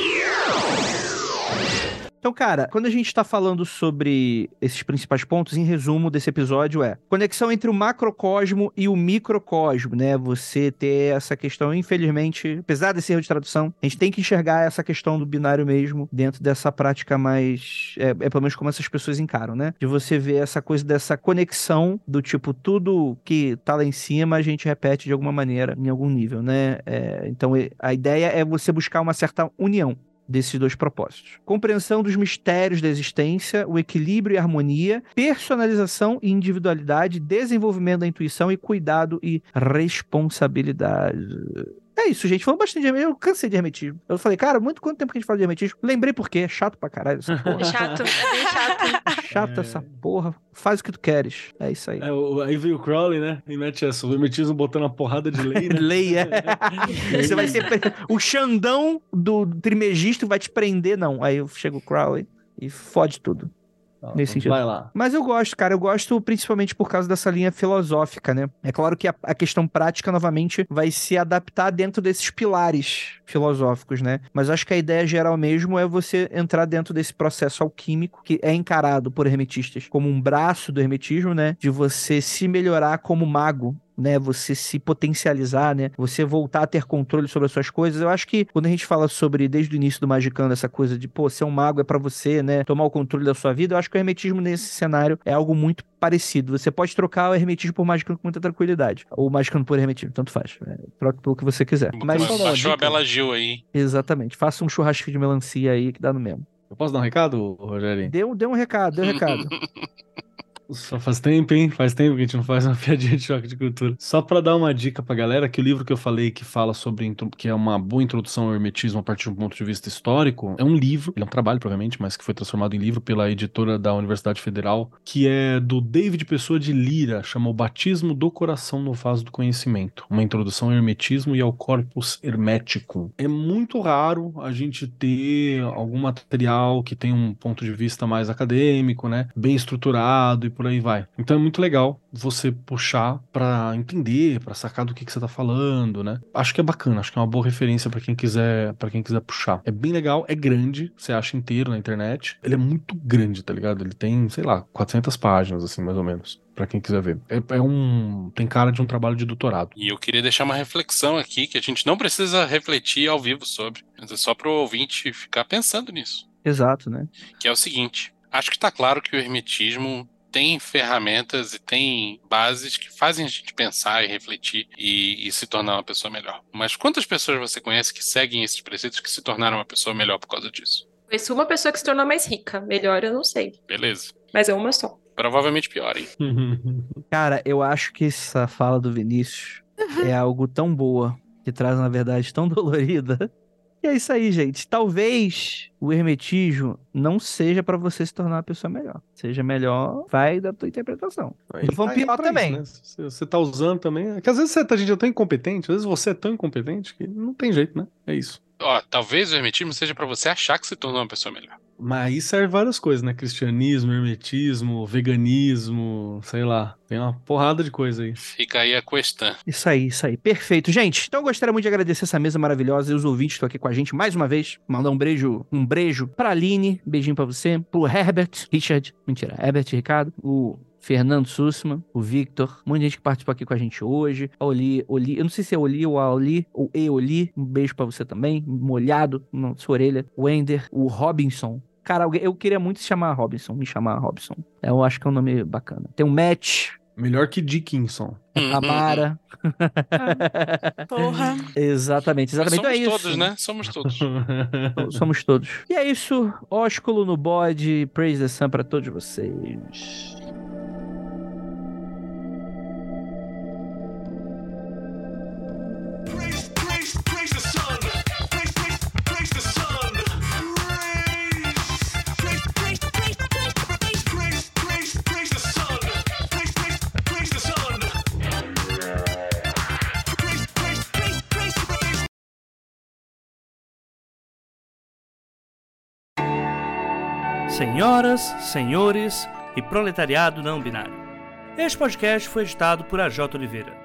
Então, cara, quando a gente tá falando sobre esses principais pontos, em resumo desse episódio conexão entre o macrocosmo e o microcosmo, né? Você ter essa questão, infelizmente, apesar desse erro de tradução, a gente tem que enxergar essa questão do binário mesmo dentro dessa prática mais... pelo menos como essas pessoas encaram, né? De você ver essa coisa dessa conexão do tipo, tudo que tá lá em cima a gente repete de alguma maneira, em algum nível, né? Então, a ideia é você buscar uma certa união desses dois propósitos. Compreensão dos mistérios da existência, o equilíbrio e harmonia, personalização e individualidade, desenvolvimento da intuição e cuidado e responsabilidade. É isso, gente. Falando bastante de hermetismo. Eu cansei de hermetismo. Eu falei, cara, quanto tempo que a gente fala de hermetismo? Lembrei por quê. É chato pra caralho essa porra. É chato, é bem chato. Chato essa porra. Faz o que tu queres. É isso aí. Aí veio o Crowley, né? E mete essa, o hermetismo botando uma porrada de lei, né? Lei, Você vai ser... O Xandão do Trimegistro vai te prender, não. Aí chega o Crowley e fode tudo. Nesse sentido. Vai lá. Mas eu gosto, cara. Eu gosto principalmente por causa dessa linha filosófica, né? É claro que a questão prática, novamente, vai se adaptar dentro desses pilares filosóficos, né? Mas acho que a ideia geral mesmo é você entrar dentro desse processo alquímico que é encarado por hermetistas como um braço do hermetismo, né? De você se melhorar como mago, né, você se potencializar, né, você voltar a ter controle sobre as suas coisas. Eu acho que quando a gente fala sobre, desde o início do Magicando, essa coisa de, pô, ser um mago é pra você, né, tomar o controle da sua vida, eu acho que o hermetismo nesse cenário é algo muito parecido. Você pode trocar o hermetismo por Magicando com muita tranquilidade, ou Magicando por hermetismo, tanto faz. Troque pelo que você quiser. Mas baixou a Bela Gil aí. Exatamente. Faça um churrasco de melancia aí que dá no mesmo. Eu posso dar um recado, Rogério? Deu um recado. Só faz tempo, hein? Faz tempo que a gente não faz uma piadinha de choque de cultura. Só pra dar uma dica pra galera, que o livro que eu falei que fala sobre, que é uma boa introdução ao hermetismo a partir de um ponto de vista histórico, é um livro, ele é um trabalho provavelmente, mas que foi transformado em livro pela editora da Universidade Federal, que é do David Pessoa de Lira, chama O Batismo do Coração no Vaso do Conhecimento, uma introdução ao hermetismo e ao corpus hermético. É muito raro a gente ter algum material que tem um ponto de vista mais acadêmico, né? Bem estruturado e por aí vai. Então é muito legal você puxar pra entender, pra sacar do que você tá falando, né? Acho que é bacana, acho que é uma boa referência pra quem quiser puxar. É bem legal, é grande, você acha inteiro na internet. Ele é muito grande, tá ligado? Ele tem, sei lá, 400 páginas, assim, mais ou menos. Pra quem quiser ver. Tem cara de um trabalho de doutorado. E eu queria deixar uma reflexão aqui, que a gente não precisa refletir ao vivo sobre, mas é só pro ouvinte ficar pensando nisso. Exato, né? Que é o seguinte, acho que tá claro que o hermetismo tem ferramentas e tem bases que fazem a gente pensar e refletir e se tornar uma pessoa melhor. Mas quantas pessoas você conhece que seguem esses preceitos que se tornaram uma pessoa melhor por causa disso? Conheço uma pessoa que se tornou mais rica. Melhor eu não sei. Beleza. Mas é uma só. Provavelmente pior, hein? Cara, eu acho que essa fala do Vinícius é algo tão boa, que traz uma verdade tão dolorida. E é isso aí, gente. Talvez o hermetismo não seja pra você se tornar uma pessoa melhor. Seja melhor, vai da tua interpretação. E vão pior também. Isso, né? Você tá usando também. É que às vezes a gente é tão incompetente, às vezes você é tão incompetente que não tem jeito, né? É isso. Ó, talvez o hermetismo seja pra você achar que se tornou uma pessoa melhor. Mas aí serve várias coisas, né? Cristianismo, hermetismo, veganismo, sei lá. Tem uma porrada de coisa aí. Fica aí a questão. Isso aí. Perfeito. Gente, então eu gostaria muito de agradecer essa mesa maravilhosa e os ouvintes que estão aqui com a gente mais uma vez. Mandar um beijo pra Aline, beijinho pra você, pro Herbert, Ricardo, o Fernando Sussman, o Victor, muita gente que participou aqui com a gente hoje. A Oli, eu não sei se é Oli ou a Oli, ou Eoli, um beijo pra você também, molhado na sua orelha. O Ender, o Robinson. Cara, eu queria muito me chamar Robinson. Eu acho que é um nome bacana. Tem o Matt. Melhor que Dickinson. A Mara. Porra. Exatamente. Somos Então é isso. todos, né? Somos todos. Somos todos. E é isso. Ósculo no bode. Praise the Sun pra todos vocês. senhoras, senhores e proletariado não binário. Este podcast foi editado por AJ Oliveira.